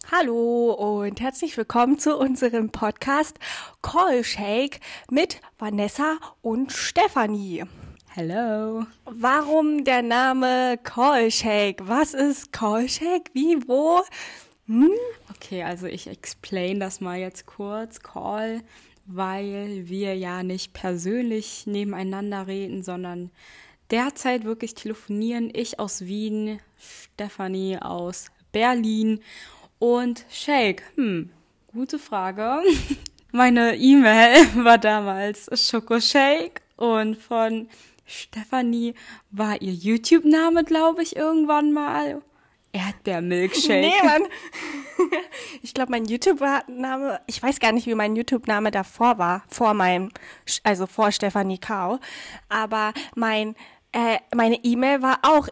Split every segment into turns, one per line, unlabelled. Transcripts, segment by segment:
Hallo und herzlich willkommen zu unserem Podcast Call Shake mit Vanessa und Stefanie.
Hello.
Warum der Name Call Shake? Was ist Call Shake? Wie, wo?
Okay, also ich explain das mal jetzt kurz. Call, weil wir ja nicht persönlich nebeneinander reden, sondern derzeit wirklich telefonieren. Ich aus Wien, Stefanie aus Berlin und Shake. Gute Frage. Meine E-Mail war damals Schokoshake und von Stefanie war ihr YouTube-Name, glaube ich, irgendwann mal. Erdbeermilkshake.
Nee, Mann. Ich glaube, mein YouTube-Name, ich weiß gar nicht, wie mein YouTube-Name davor war, vor Stefanie Kau. Aber meine E-Mail war auch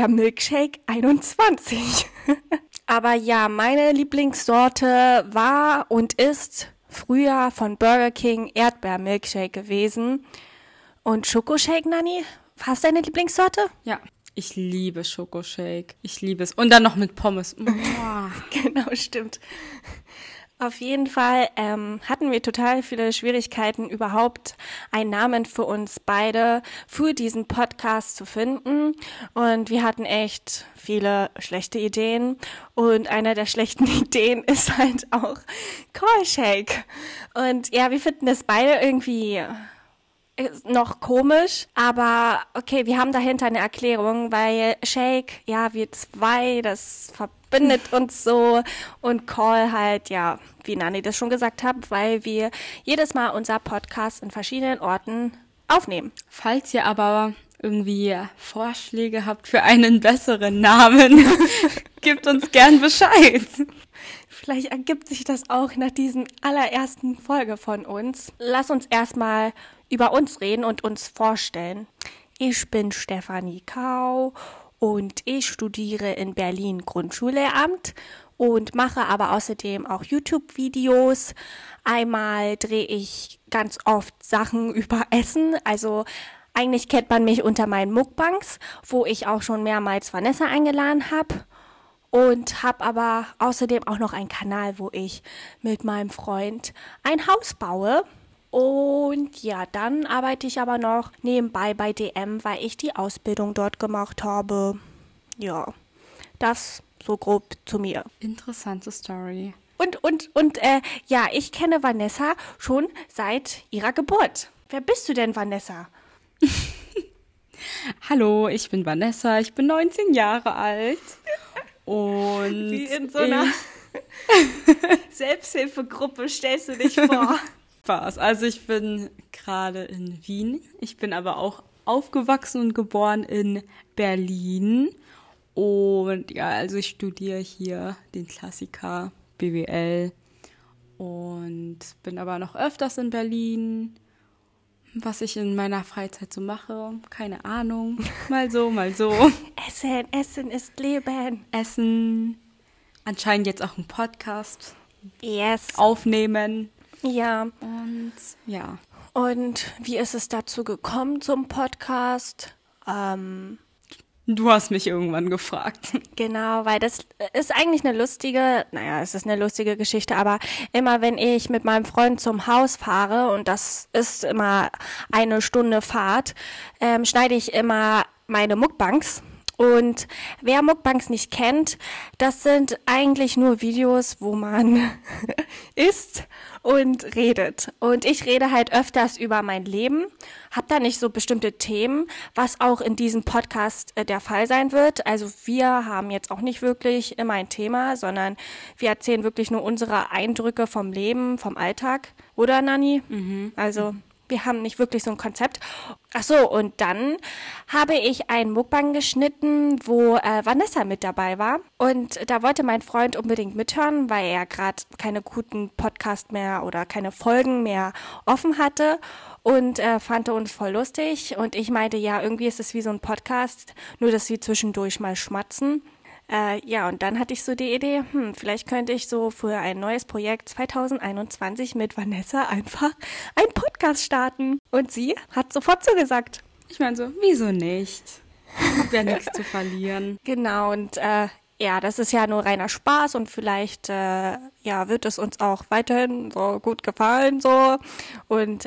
Erdbeermilkshake21. Aber ja, meine Lieblingssorte war und ist früher von Burger King Erdbeermilkshake gewesen. Und Schokoshake, Nanni? Was ist deine Lieblingssorte?
Ja, ich liebe Schokoshake. Ich liebe es. Und dann noch mit Pommes.
Genau, stimmt. Auf jeden Fall hatten wir total viele Schwierigkeiten, überhaupt einen Namen für uns beide für diesen Podcast zu finden. Und wir hatten echt viele schlechte Ideen. Und einer der schlechten Ideen ist halt auch Call Shake. Und ja, wir finden das beide irgendwie noch komisch, aber okay, wir haben dahinter eine Erklärung, weil Shake, ja, wir zwei, das verbindet uns so und Call halt, ja, wie Nanni das schon gesagt hat, weil wir jedes Mal unser Podcast in verschiedenen Orten aufnehmen.
Falls ihr aber irgendwie Vorschläge habt für einen besseren Namen, gebt uns gern Bescheid.
Vielleicht ergibt sich das auch nach diesen allerersten Folge von uns. Lass uns erstmal über uns reden und uns vorstellen. Ich bin Stefanie Kau und ich studiere in Berlin Grundschullehramt und mache aber außerdem auch YouTube-Videos. Einmal drehe ich ganz oft Sachen über Essen, also eigentlich kennt man mich unter meinen Mukbangs, wo ich auch schon mehrmals Vanessa eingeladen habe. Und habe aber außerdem auch noch einen Kanal, wo ich mit meinem Freund ein Haus baue. Und ja, dann arbeite ich aber noch nebenbei bei DM, weil ich die Ausbildung dort gemacht habe. Ja, das so grob zu mir.
Interessante Story.
Und ja, ich kenne Vanessa schon seit ihrer Geburt. Wer bist du denn, Vanessa?
Hallo, ich bin Vanessa, ich bin 19 Jahre alt. Und
wie in so einer Selbsthilfegruppe stellst du dich vor.
Spaß. Also ich bin gerade in Wien. Ich bin aber auch aufgewachsen und geboren in Berlin. Und ja, also ich studiere hier den Klassiker BWL und bin aber noch öfters in Berlin. Was ich in meiner Freizeit so mache, keine Ahnung. Mal so, mal so.
Essen ist Leben.
Essen. Anscheinend jetzt auch einen Podcast.
Yes.
Aufnehmen.
Ja.
Und ja.
Und wie ist es dazu gekommen zum Podcast?
Du hast mich irgendwann gefragt.
Genau, weil das ist eigentlich es ist eine lustige Geschichte, aber immer wenn ich mit meinem Freund zum Haus fahre, und das ist immer eine Stunde Fahrt, schneide ich immer meine Mukbangs. Und wer Mukbangs nicht kennt, das sind eigentlich nur Videos, wo man isst und redet. Und ich rede halt öfters über mein Leben, habe da nicht so bestimmte Themen, was auch in diesem Podcast der Fall sein wird. Also wir haben jetzt auch nicht wirklich immer ein Thema, sondern wir erzählen wirklich nur unsere Eindrücke vom Leben, vom Alltag. Oder, Nanni? Also wir haben nicht wirklich so ein Konzept. Ach so, und dann habe ich einen Mukbang geschnitten, wo Vanessa mit dabei war. Und da wollte mein Freund unbedingt mithören, weil er gerade keine guten Podcast mehr oder keine Folgen mehr offen hatte. Und fand uns voll lustig. Und ich meinte, ja, irgendwie ist es wie so ein Podcast, nur dass wir zwischendurch mal schmatzen. Ja, und dann hatte ich so die Idee, vielleicht könnte ich so für ein neues Projekt 2021 mit Vanessa einfach einen Podcast starten. Und sie hat sofort zugesagt.
Ich meine so, wieso nicht? Ich hab ja nichts zu verlieren.
Genau, und ja, das ist ja nur reiner Spaß und vielleicht wird es uns auch weiterhin so gut gefallen so. Und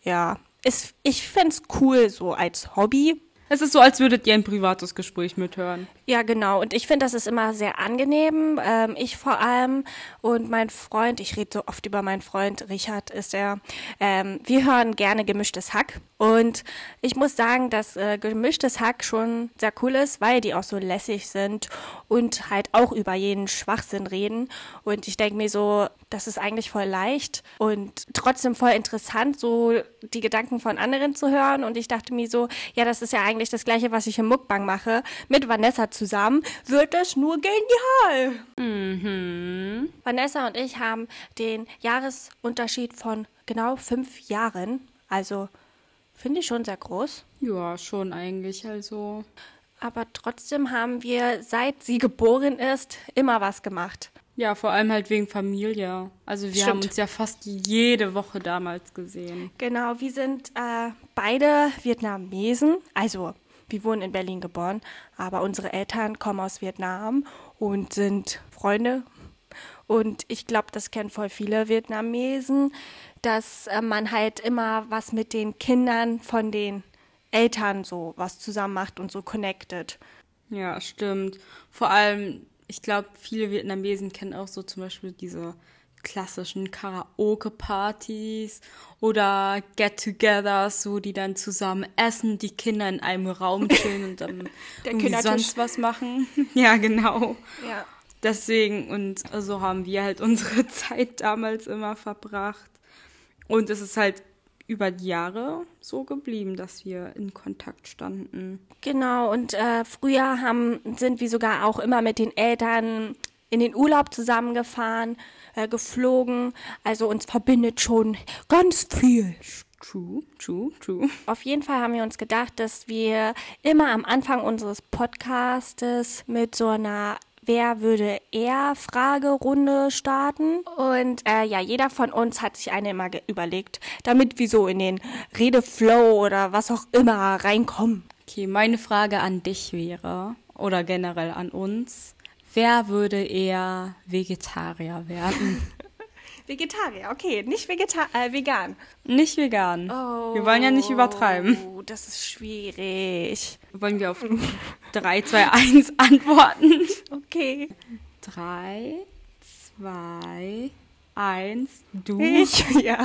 ich find's cool so als Hobby.
Es ist so, als würdet ihr ein privates Gespräch mithören.
Ja, genau. Und ich finde, das ist immer sehr angenehm. Ich vor allem und mein Freund, ich rede so oft über meinen Freund, Richard ist er, wir hören gerne Gemischtes Hack. Und ich muss sagen, dass Gemischtes Hack schon sehr cool ist, weil die auch so lässig sind und halt auch über jeden Schwachsinn reden. Und ich denke mir so, das ist eigentlich voll leicht und trotzdem voll interessant, so die Gedanken von anderen zu hören. Und ich dachte mir so, ja, das ist ja eigentlich das Gleiche, was ich im Mukbang mache, mit Vanessa zusammen, wird das nur genial.
Mhm.
Vanessa und ich haben den Jahresunterschied von genau 5 Jahren, also finde ich schon sehr groß.
Ja, schon eigentlich, also.
Aber trotzdem haben wir, seit sie geboren ist, immer was gemacht.
Ja, vor allem halt wegen Familie. Also wir haben uns ja fast jede Woche damals gesehen.
Genau, wir sind beide Vietnamesen. Also wir wurden in Berlin geboren, aber unsere Eltern kommen aus Vietnam und sind Freunde. Und ich glaube, das kennen voll viele Vietnamesen, dass man halt immer was mit den Kindern von den Eltern so was zusammen macht und so connected.
Ja, stimmt. Vor allem, ich glaube, viele Vietnamesen kennen auch so zum Beispiel diese klassischen Karaoke-Partys oder Get-togethers, so die dann zusammen essen, die Kinder in einem Raum chillen und dann irgendwie sonst was machen. Ja, genau.
Ja.
Deswegen, und so haben wir halt unsere Zeit damals immer verbracht. Und es ist halt über die Jahre so geblieben, dass wir in Kontakt standen.
Genau, und früher sind wir sogar auch immer mit den Eltern in den Urlaub zusammengefahren, geflogen. Also uns verbindet schon ganz viel.
True.
Auf jeden Fall haben wir uns gedacht, dass wir immer am Anfang unseres Podcastes mit so einer Wer würde eher Fragerunde starten. Und jeder von uns hat sich eine immer überlegt, damit wir so in den Redeflow oder was auch immer reinkommen.
Okay, meine Frage an dich wäre, oder generell an uns, wer würde eher Vegetarier werden?
Vegetarier, okay, nicht vegan.
Nicht vegan.
Oh,
wir wollen ja nicht übertreiben.
Das ist schwierig.
Wollen wir auf 3, 2, 1 antworten?
Okay.
3, 2, 1, du.
Ich, ja.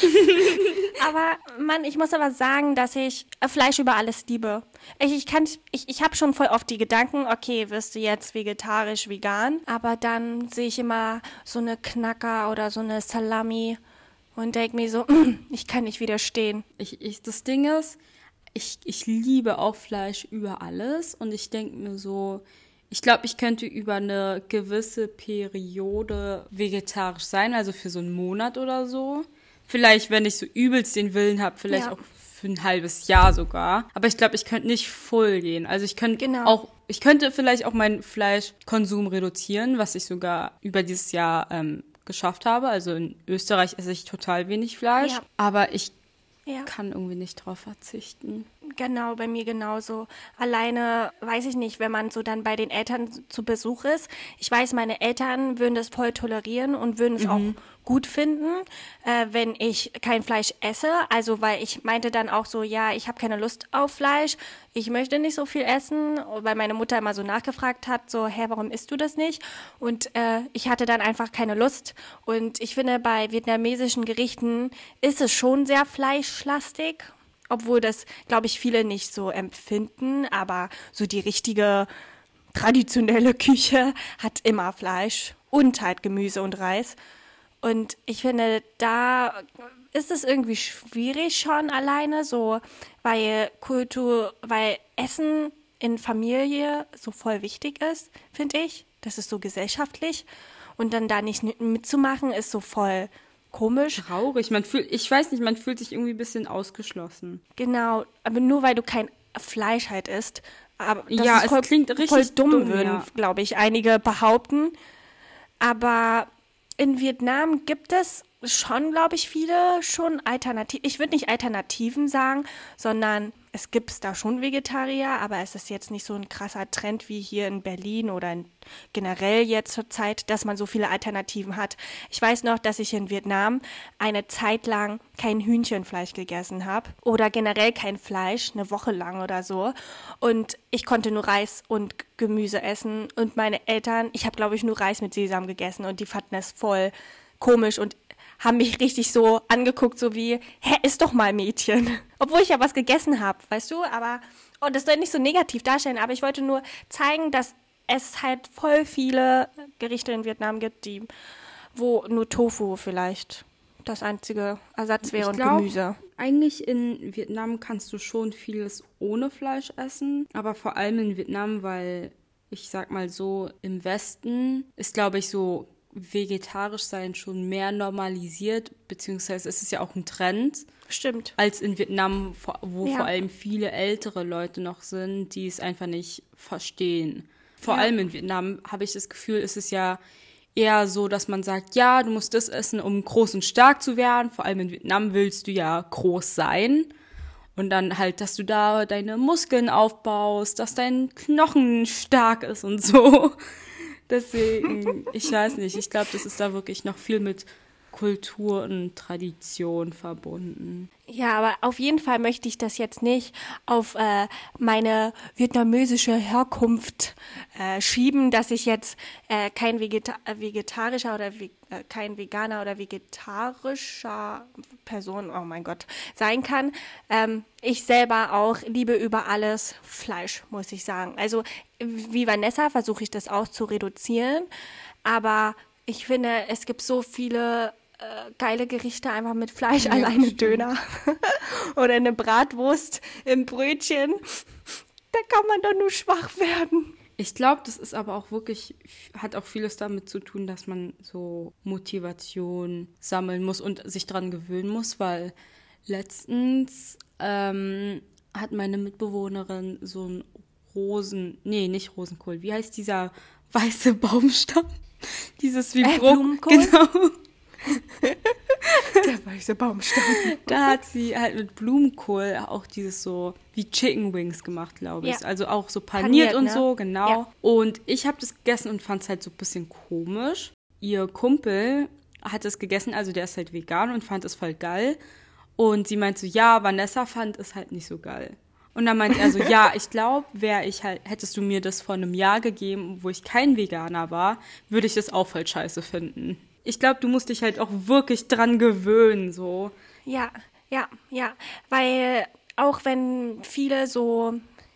Aber Mann, ich muss aber sagen, dass ich Fleisch über alles liebe. Ich habe schon voll oft die Gedanken, okay, wirst du jetzt vegetarisch, vegan? Aber dann sehe ich immer so eine Knacker oder so eine Salami und denke mir so, ich kann nicht widerstehen.
Das Ding ist, ich liebe auch Fleisch über alles und ich denke mir so, ich glaube, ich könnte über eine gewisse Periode vegetarisch sein, also für so einen Monat oder so. Vielleicht, wenn ich so übelst den Willen habe, vielleicht auch für ein halbes Jahr sogar. Aber ich glaube, ich könnte nicht voll gehen. Also ich könnte vielleicht auch meinen Fleischkonsum reduzieren, was ich sogar über dieses Jahr geschafft habe. Also in Österreich esse ich total wenig Fleisch. Ja. Aber ich kann irgendwie nicht drauf verzichten.
Genau, bei mir genauso. Alleine, weiß ich nicht, wenn man so dann bei den Eltern zu Besuch ist. Ich weiß, meine Eltern würden das voll tolerieren und würden es auch gut finden, wenn ich kein Fleisch esse. Also, weil ich meinte dann auch so, ja, ich habe keine Lust auf Fleisch. Ich möchte nicht so viel essen, weil meine Mutter immer so nachgefragt hat, so, warum isst du das nicht? Und ich hatte dann einfach keine Lust. Und ich finde, bei vietnamesischen Gerichten ist es schon sehr fleischlastig. Obwohl das, glaube ich, viele nicht so empfinden, aber so die richtige traditionelle Küche hat immer Fleisch und halt Gemüse und Reis. Und ich finde, da ist es irgendwie schwierig schon alleine, so, weil Essen in Familie so voll wichtig ist, finde ich. Das ist so gesellschaftlich. Und dann da nicht mitzumachen, ist so voll komisch.
Traurig. Man fühlt sich irgendwie ein bisschen ausgeschlossen.
Genau, aber nur weil du kein Fleisch halt isst. Aber das
ja,
ist voll,
es klingt richtig
voll dumm, würden,
ja.
glaube ich, einige behaupten. Aber in Vietnam gibt es schon, glaube ich, viele schon Alternativen. Ich würde nicht Alternativen sagen, sondern es gibt da schon Vegetarier, aber es ist jetzt nicht so ein krasser Trend wie hier in Berlin oder generell jetzt zur Zeit, dass man so viele Alternativen hat. Ich weiß noch, dass ich in Vietnam eine Zeit lang kein Hühnchenfleisch gegessen habe oder generell kein Fleisch, eine Woche lang oder so. Und ich konnte nur Reis und Gemüse essen und meine Eltern, ich habe, glaube ich, nur Reis mit Sesam gegessen und die fanden es voll komisch und haben mich richtig so angeguckt, so wie, hä, isst doch mal Mädchen. Obwohl ich ja was gegessen habe, weißt du, aber, und das soll nicht so negativ darstellen, aber ich wollte nur zeigen, dass es halt voll viele Gerichte in Vietnam gibt, wo nur Tofu vielleicht das einzige Ersatz wäre und Gemüse.
Eigentlich in Vietnam kannst du schon vieles ohne Fleisch essen, aber vor allem in Vietnam, weil ich sag mal so, im Westen ist, glaube ich, so vegetarisch sein schon mehr normalisiert, beziehungsweise es ist ja auch ein Trend.
Stimmt.
Als in Vietnam, wo vor allem viele ältere Leute noch sind, die es einfach nicht verstehen. Vor allem in Vietnam habe ich das Gefühl, ist es ja eher so, dass man sagt, ja, du musst das essen, um groß und stark zu werden. Vor allem in Vietnam willst du ja groß sein. Und dann halt, dass du da deine Muskeln aufbaust, dass dein Knochen stark ist und so. Deswegen, ich weiß nicht, ich glaube, das ist da wirklich noch viel mit Kultur und Tradition verbunden.
Ja, aber auf jeden Fall möchte ich das jetzt nicht auf meine vietnamesische Herkunft schieben, dass ich jetzt kein vegetarischer oder kein Veganer oder vegetarischer Person, oh mein Gott, sein kann. Ich selber auch liebe über alles Fleisch, muss ich sagen. Also wie Vanessa versuche ich das auch zu reduzieren, aber ich finde, es gibt so viele geile Gerichte einfach mit Fleisch,
Ja,
alleine
stimmt.
Döner oder eine Bratwurst im Brötchen. Da kann man doch nur schwach werden.
Ich glaube, das ist aber auch wirklich, hat auch vieles damit zu tun, dass man so Motivation sammeln muss und sich dran gewöhnen muss, weil letztens hat meine Mitbewohnerin so ein nicht Rosenkohl, wie heißt dieser weiße Baumstamm? Dieses wie
Blumenkohl?
Genau.
Der weiße Baumstamm.
Da hat sie halt mit Blumenkohl auch dieses so wie Chicken Wings gemacht, glaube ich.
Ja.
Also auch so paniert und
ne?
so, genau.
Ja.
Und ich habe das gegessen und fand es halt so ein bisschen komisch. Ihr Kumpel hat es gegessen, also der ist halt vegan und fand es voll geil. Und sie meint so, ja, Vanessa fand es halt nicht so geil. Und dann meint er so, ja, ich glaube, hättest du mir das vor einem Jahr gegeben, wo ich kein Veganer war, würde ich das auch voll scheiße finden. Ich glaube, du musst dich halt auch wirklich dran gewöhnen, so.
Ja, weil auch wenn viele so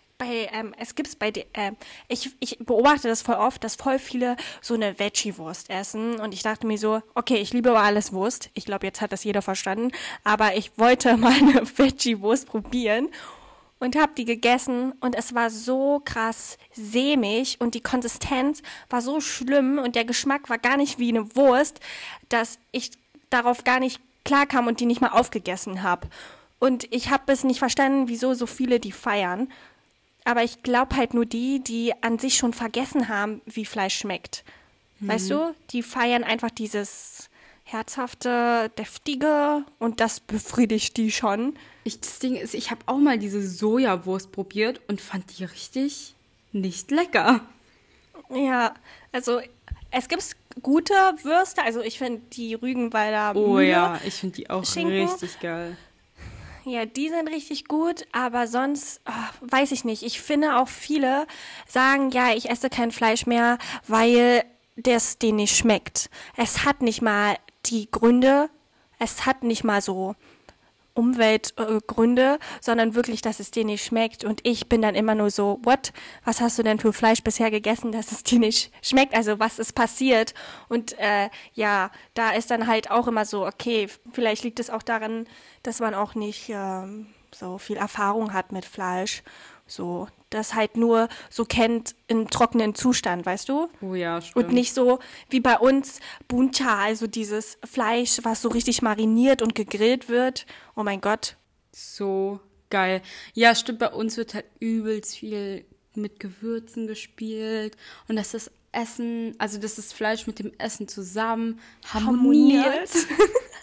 ich beobachte das voll oft, dass voll viele so eine Veggie-Wurst essen und ich dachte mir so, okay, ich liebe über alles Wurst. Ich glaube, jetzt hat das jeder verstanden, aber ich wollte mal eine Veggie-Wurst probieren und habe die gegessen und es war so krass sämig und die Konsistenz war so schlimm und der Geschmack war gar nicht wie eine Wurst, dass ich darauf gar nicht klarkam und die nicht mal aufgegessen habe. Und ich habe es nicht verstanden, wieso so viele die feiern. Aber ich glaube halt nur die an sich schon vergessen haben, wie Fleisch schmeckt. Weißt du? Die feiern einfach dieses herzhafte, deftige und das befriedigt die schon.
Das Ding ist, ich habe auch mal diese Sojawurst probiert und fand die richtig nicht lecker.
Ja, also es gibt gute Würste. Also ich finde die Rügenwalder
Oh
Mühle,
ja, ich finde die auch
Schinken.
richtig geil.
Ja, die sind richtig gut, aber sonst weiß ich nicht. Ich finde auch viele sagen, ja, ich esse kein Fleisch mehr, weil das denen nicht schmeckt. Es hat nicht mal die Gründe, es hat nicht mal so Umweltgründe, sondern wirklich, dass es dir nicht schmeckt. Und ich bin dann immer nur so, what? Was hast du denn für Fleisch bisher gegessen, dass es dir nicht schmeckt? Also was ist passiert? Und ja, da ist dann halt auch immer so, okay, vielleicht liegt es auch daran, dass man auch nicht so viel Erfahrung hat mit Fleisch. So, das halt nur so kennt im trockenen Zustand, weißt du?
Oh ja, stimmt.
Und nicht so wie bei uns Buncha, also dieses Fleisch, was so richtig mariniert und gegrillt wird. Oh mein Gott.
So geil. Ja, stimmt, bei uns wird halt übelst viel mit Gewürzen gespielt und dass das Essen, also dass das Fleisch mit dem Essen zusammen harmoniert.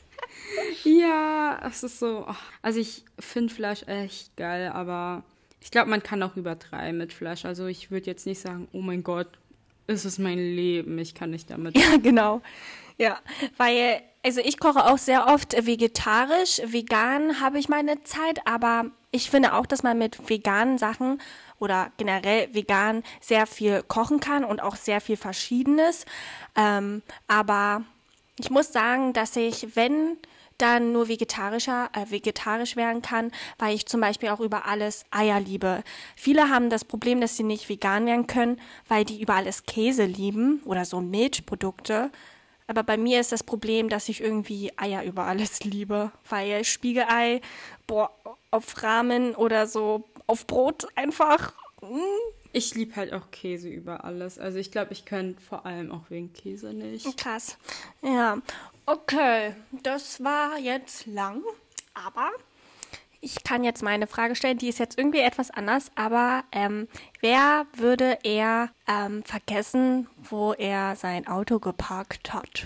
Ja, es ist so. Also ich finde Fleisch echt geil, aber ich glaube, man kann auch übertreiben mit Fleisch. Also ich würde jetzt nicht sagen, oh mein Gott, es ist mein Leben, ich kann nicht damit.
Ja, genau. Ja, weil, also ich koche auch sehr oft vegetarisch. Vegan habe ich meine Zeit, aber ich finde auch, dass man mit veganen Sachen oder generell vegan sehr viel kochen kann und auch sehr viel Verschiedenes. Aber ich muss sagen, dass ich, wenn dann nur vegetarisch werden kann, weil ich zum Beispiel auch über alles Eier liebe. Viele haben das Problem, dass sie nicht vegan werden können, weil die über alles Käse lieben oder so Milchprodukte. Aber bei mir ist das Problem, dass ich irgendwie Eier über alles liebe, weil Spiegelei, auf Ramen oder so, auf Brot einfach.
Ich liebe halt auch Käse über alles. Also ich glaube, ich könnte vor allem auch wegen Käse nicht.
Krass. Ja, okay, das war jetzt lang, aber ich kann jetzt meine Frage stellen, die ist jetzt irgendwie etwas anders, aber wer würde eher vergessen, wo er sein Auto geparkt hat?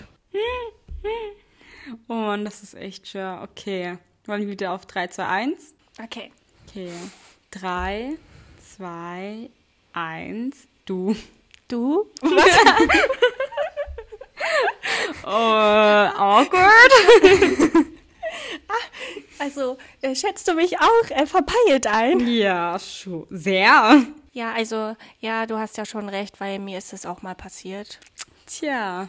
Oh Mann, das ist echt schwer. Okay, wollen wir wieder auf 3, 2, 1?
Okay.
Okay, 3, 2, 1, du.
Du?
Awkward.
Also, schätzt du mich auch verpeilt ein?
Ja, schon. Sehr.
Ja, also, ja, du hast ja schon recht, weil mir ist es auch mal passiert.
Tja.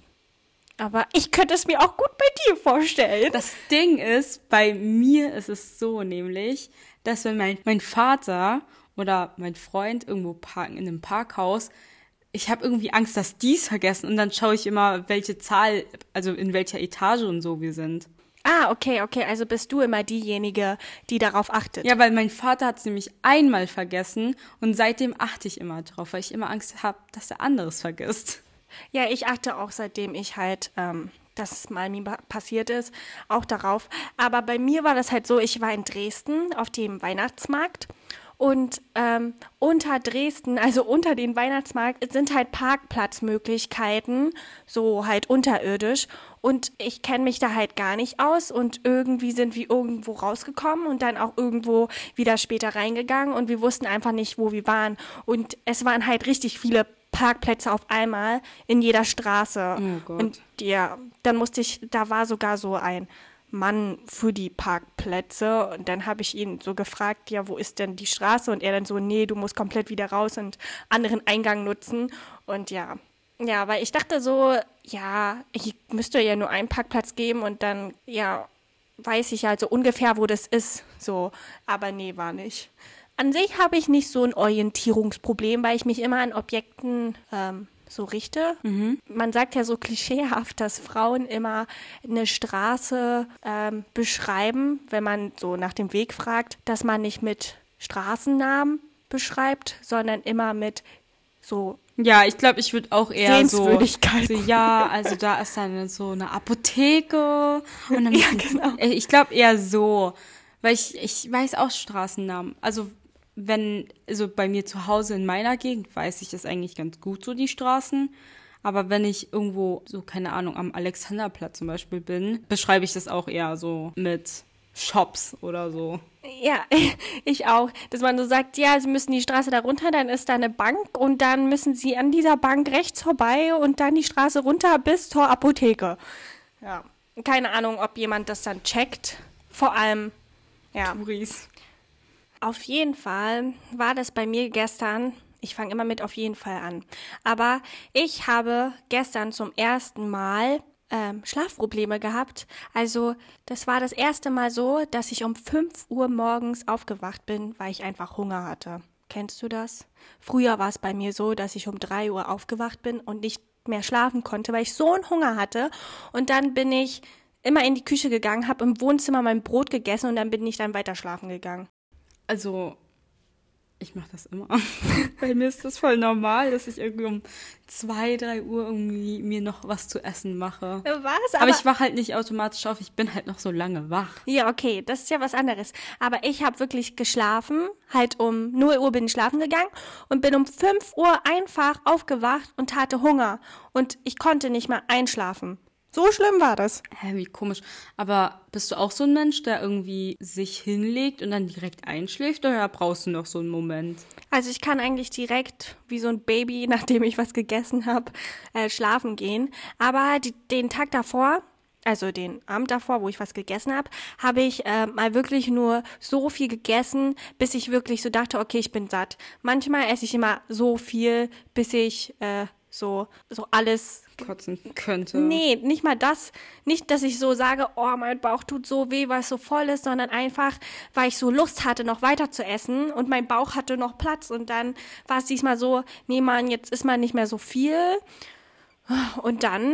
Aber ich könnte es mir auch gut bei dir vorstellen.
Das Ding ist, bei mir ist es so nämlich, dass wenn mein Vater oder mein Freund irgendwo parken in einem Parkhaus, ich habe irgendwie Angst, dass die es vergessen und dann schaue ich immer, welche Zahl, also in welcher Etage und so wir sind.
Ah, okay, also bist du immer diejenige, die darauf achtet.
Ja, weil mein Vater hat es nämlich einmal vergessen und seitdem achte ich immer drauf, weil ich immer Angst habe, dass er anderes vergisst.
Ja, ich achte auch, seitdem ich halt, dass es mal mir passiert ist, auch darauf. Aber bei mir war das halt so, ich war in Dresden auf dem Weihnachtsmarkt und unter Dresden, also unter den Weihnachtsmarkt, sind halt Parkplatzmöglichkeiten, so halt unterirdisch. Und ich kenne mich da halt gar nicht aus und irgendwie sind wir irgendwo rausgekommen und dann auch irgendwo wieder später reingegangen und wir wussten einfach nicht, wo wir waren. Und es waren halt richtig viele Parkplätze auf einmal in jeder Straße.
Oh Gott.
Und ja, dann da war sogar so ein Mann für die Parkplätze und dann habe ich ihn so gefragt, ja, wo ist denn die Straße? Und er dann so, nee, du musst komplett wieder raus und anderen Eingang nutzen. Und ja, weil ich dachte so, ja, ich müsste ja nur einen Parkplatz geben und dann, ja, weiß ich also ungefähr, wo das ist. So, aber nee, war nicht. An sich habe ich nicht so ein Orientierungsproblem, weil ich mich immer an Objekten so richte. Man sagt ja so klischeehaft, dass Frauen immer eine Straße beschreiben, wenn man so nach dem Weg fragt, dass man nicht mit Straßennamen beschreibt, sondern immer mit so
Ja, ich glaube, ich würde auch eher so,
Sehenswürdigkeiten.
ja, also da ist dann so eine Apotheke und dann
Ja, genau.
Ich glaube eher so, weil ich weiß auch Straßennamen. Also also bei mir zu Hause in meiner Gegend weiß ich das eigentlich ganz gut, so die Straßen. Aber wenn ich irgendwo, so keine Ahnung, am Alexanderplatz zum Beispiel bin, beschreibe ich das auch eher so mit Shops oder so.
Ja, ich auch. Dass man so sagt, ja, sie müssen die Straße da runter, dann ist da eine Bank und dann müssen sie an dieser Bank rechts vorbei und dann die Straße runter bis zur Apotheke. Ja, keine Ahnung, ob jemand das dann checkt. Vor allem, ja.
Touris.
Auf jeden Fall war das bei mir gestern, ich fange immer mit auf jeden Fall an, aber ich habe gestern zum ersten Mal Schlafprobleme gehabt. Also das war das erste Mal so, dass ich um 5 Uhr morgens aufgewacht bin, weil ich einfach Hunger hatte. Kennst du das? Früher war es bei mir so, dass ich um 3 Uhr aufgewacht bin und nicht mehr schlafen konnte, weil ich so einen Hunger hatte. Und dann bin ich immer in die Küche gegangen, habe im Wohnzimmer mein Brot gegessen und dann bin ich dann weiter schlafen gegangen.
Also, ich mache das immer. Bei mir ist das voll normal, dass ich irgendwie um 2, 3 Uhr irgendwie mir noch was zu essen mache.
Was?
Aber ich wache halt nicht automatisch auf, ich bin halt noch so lange wach.
Ja, okay, das ist ja was anderes. Aber ich habe wirklich geschlafen, halt um 0 Uhr bin ich schlafen gegangen und bin um 5 Uhr einfach aufgewacht und hatte Hunger. Und ich konnte nicht mehr einschlafen. So schlimm war das.
Hä, wie komisch. Aber bist du auch so ein Mensch, der irgendwie sich hinlegt und dann direkt einschläft? Oder brauchst du noch so einen Moment?
Also ich kann eigentlich direkt wie so ein Baby, nachdem ich was gegessen habe, schlafen gehen. Aber den Tag davor, also den Abend davor, wo ich was gegessen habe ich mal wirklich nur so viel gegessen, bis ich wirklich so dachte, okay, ich bin satt. Manchmal esse ich immer so viel, bis ich so alles
Kotzen könnte.
Nee, nicht mal das. Nicht, dass ich so sage, oh, mein Bauch tut so weh, weil es so voll ist, sondern einfach, weil ich so Lust hatte, noch weiter zu essen und mein Bauch hatte noch Platz. Und dann war es diesmal so, nee, Mann, jetzt isst man nicht mehr so viel. Und dann,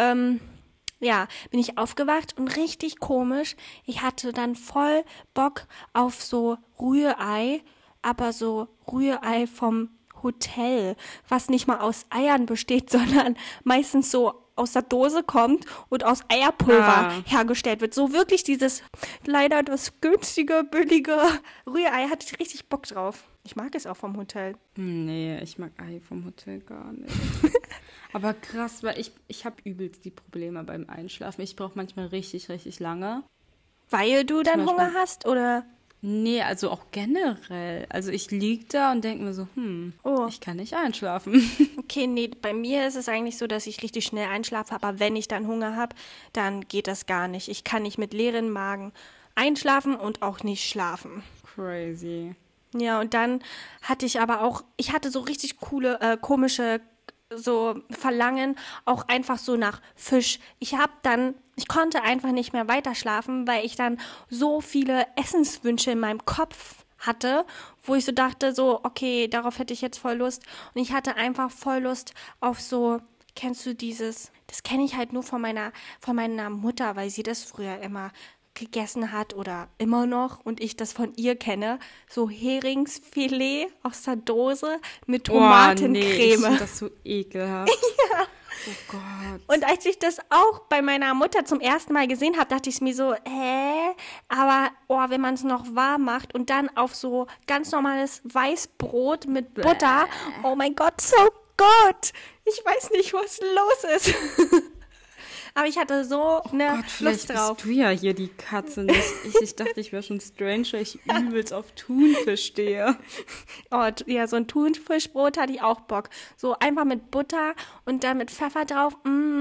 bin ich aufgewacht und richtig komisch. Ich hatte dann voll Bock auf so Rührei, aber so Rührei vom Hotel, was nicht mal aus Eiern besteht, sondern meistens so aus der Dose kommt und aus Eierpulver hergestellt wird. So wirklich dieses, leider das günstige, billige Rührei, hatte ich richtig Bock drauf. Ich mag es auch vom Hotel.
Nee, ich mag Ei vom Hotel gar nicht. Aber krass, weil ich habe übelst die Probleme beim Einschlafen. Ich brauche manchmal richtig, richtig lange.
Weil du dann Hunger hast, oder?
Nee, also auch generell. Also ich lieg da und denke mir so, ich kann nicht einschlafen.
Okay, nee, bei mir ist es eigentlich so, dass ich richtig schnell einschlafe, aber wenn ich dann Hunger habe, dann geht das gar nicht. Ich kann nicht mit leerem Magen einschlafen und auch nicht schlafen.
Crazy.
Ja, und dann hatte ich aber auch, ich hatte so richtig coole, komische so Verlangen, auch einfach so nach Fisch. Ich konnte einfach nicht mehr weiter schlafen, weil ich dann so viele Essenswünsche in meinem Kopf hatte, wo ich so dachte, so, okay, darauf hätte ich jetzt voll Lust. Und ich hatte einfach voll Lust auf so, kennst du das kenne ich halt nur von meiner Mutter, weil sie das früher immer gegessen hat oder immer noch und ich das von ihr kenne, so Heringsfilet aus der Dose mit Tomatencreme.
Nee, ich finde das so ekelhaft. Ja. Oh Gott.
Und als ich das auch bei meiner Mutter zum ersten Mal gesehen habe, dachte ich mir so, aber wenn man es noch warm macht und dann auf so ganz normales Weißbrot mit Butter, oh mein Gott, so gut. Ich weiß nicht, was los ist. Aber ich hatte so eine Lust drauf.
Bist du ja hier die Katze nicht. Ich dachte, ich wäre schon stranger, ich übelst auf Thunfisch stehe.
Oh, ja, so ein Thunfischbrot hatte ich auch Bock. So einfach mit Butter und dann mit Pfeffer drauf.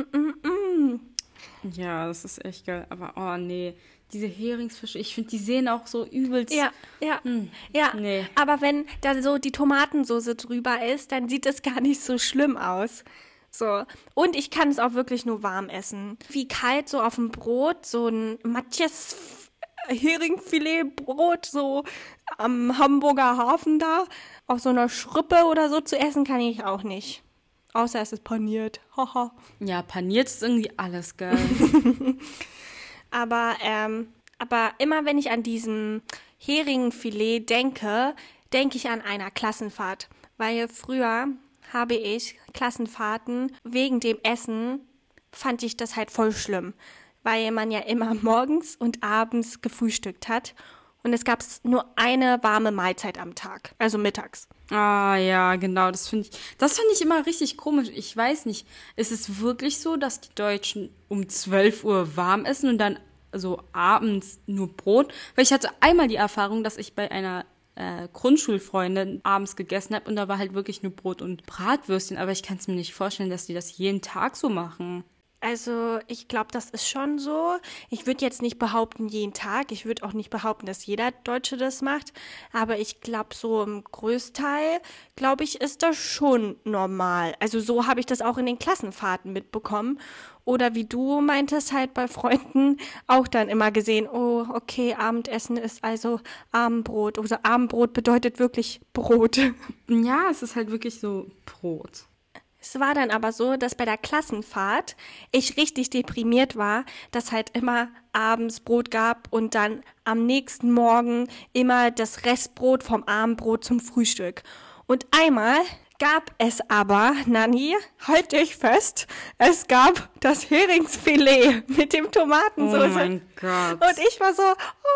Ja, das ist echt geil. Aber oh nee, diese Heringsfische, ich finde, die sehen auch so übelst.
Ja. Nee. Aber wenn da so die Tomatensoße drüber ist, dann sieht es gar nicht so schlimm aus. So. Und ich kann es auch wirklich nur warm essen. Wie kalt so auf dem Brot, so ein Matjes Heringfiletbrot, so am Hamburger Hafen da, auf so einer Schrippe oder so zu essen, kann ich auch nicht. Außer es ist paniert. Haha.
Ja, paniert ist irgendwie alles geil.
Aber immer wenn ich an diesem Heringfilet denke ich an einer Klassenfahrt. Weil früher habe ich Klassenfahrten wegen dem Essen, fand ich das halt voll schlimm, weil man ja immer morgens und abends gefrühstückt hat und es gab nur eine warme Mahlzeit am Tag, also mittags.
Ah ja, genau, das finde ich immer richtig komisch. Ich weiß nicht, ist es wirklich so, dass die Deutschen um 12 Uhr warm essen und dann so abends nur Brot? Weil ich hatte einmal die Erfahrung, dass ich bei einer Grundschulfreundin abends gegessen habe und da war halt wirklich nur Brot und Bratwürstchen, aber ich kann es mir nicht vorstellen, dass die das jeden Tag so machen.
Also ich glaube, das ist schon so. Ich würde jetzt nicht behaupten jeden Tag, ich würde auch nicht behaupten, dass jeder Deutsche das macht, aber ich glaube so im Größteil, glaube ich, ist das schon normal. Also so habe ich das auch in den Klassenfahrten mitbekommen. Oder wie du meintest, halt bei Freunden auch dann immer gesehen, oh, okay, Abendessen ist also Abendbrot. Oder Abendbrot bedeutet wirklich Brot.
Ja, es ist halt wirklich so Brot.
Es war dann aber so, dass bei der Klassenfahrt ich richtig deprimiert war, dass halt immer abends Brot gab und dann am nächsten Morgen immer das Restbrot vom Abendbrot zum Frühstück. Und einmal gab es aber, Nanni, halt dich fest, es gab das Heringsfilet mit dem Tomatensauce.
Oh mein Gott.
Und ich war so,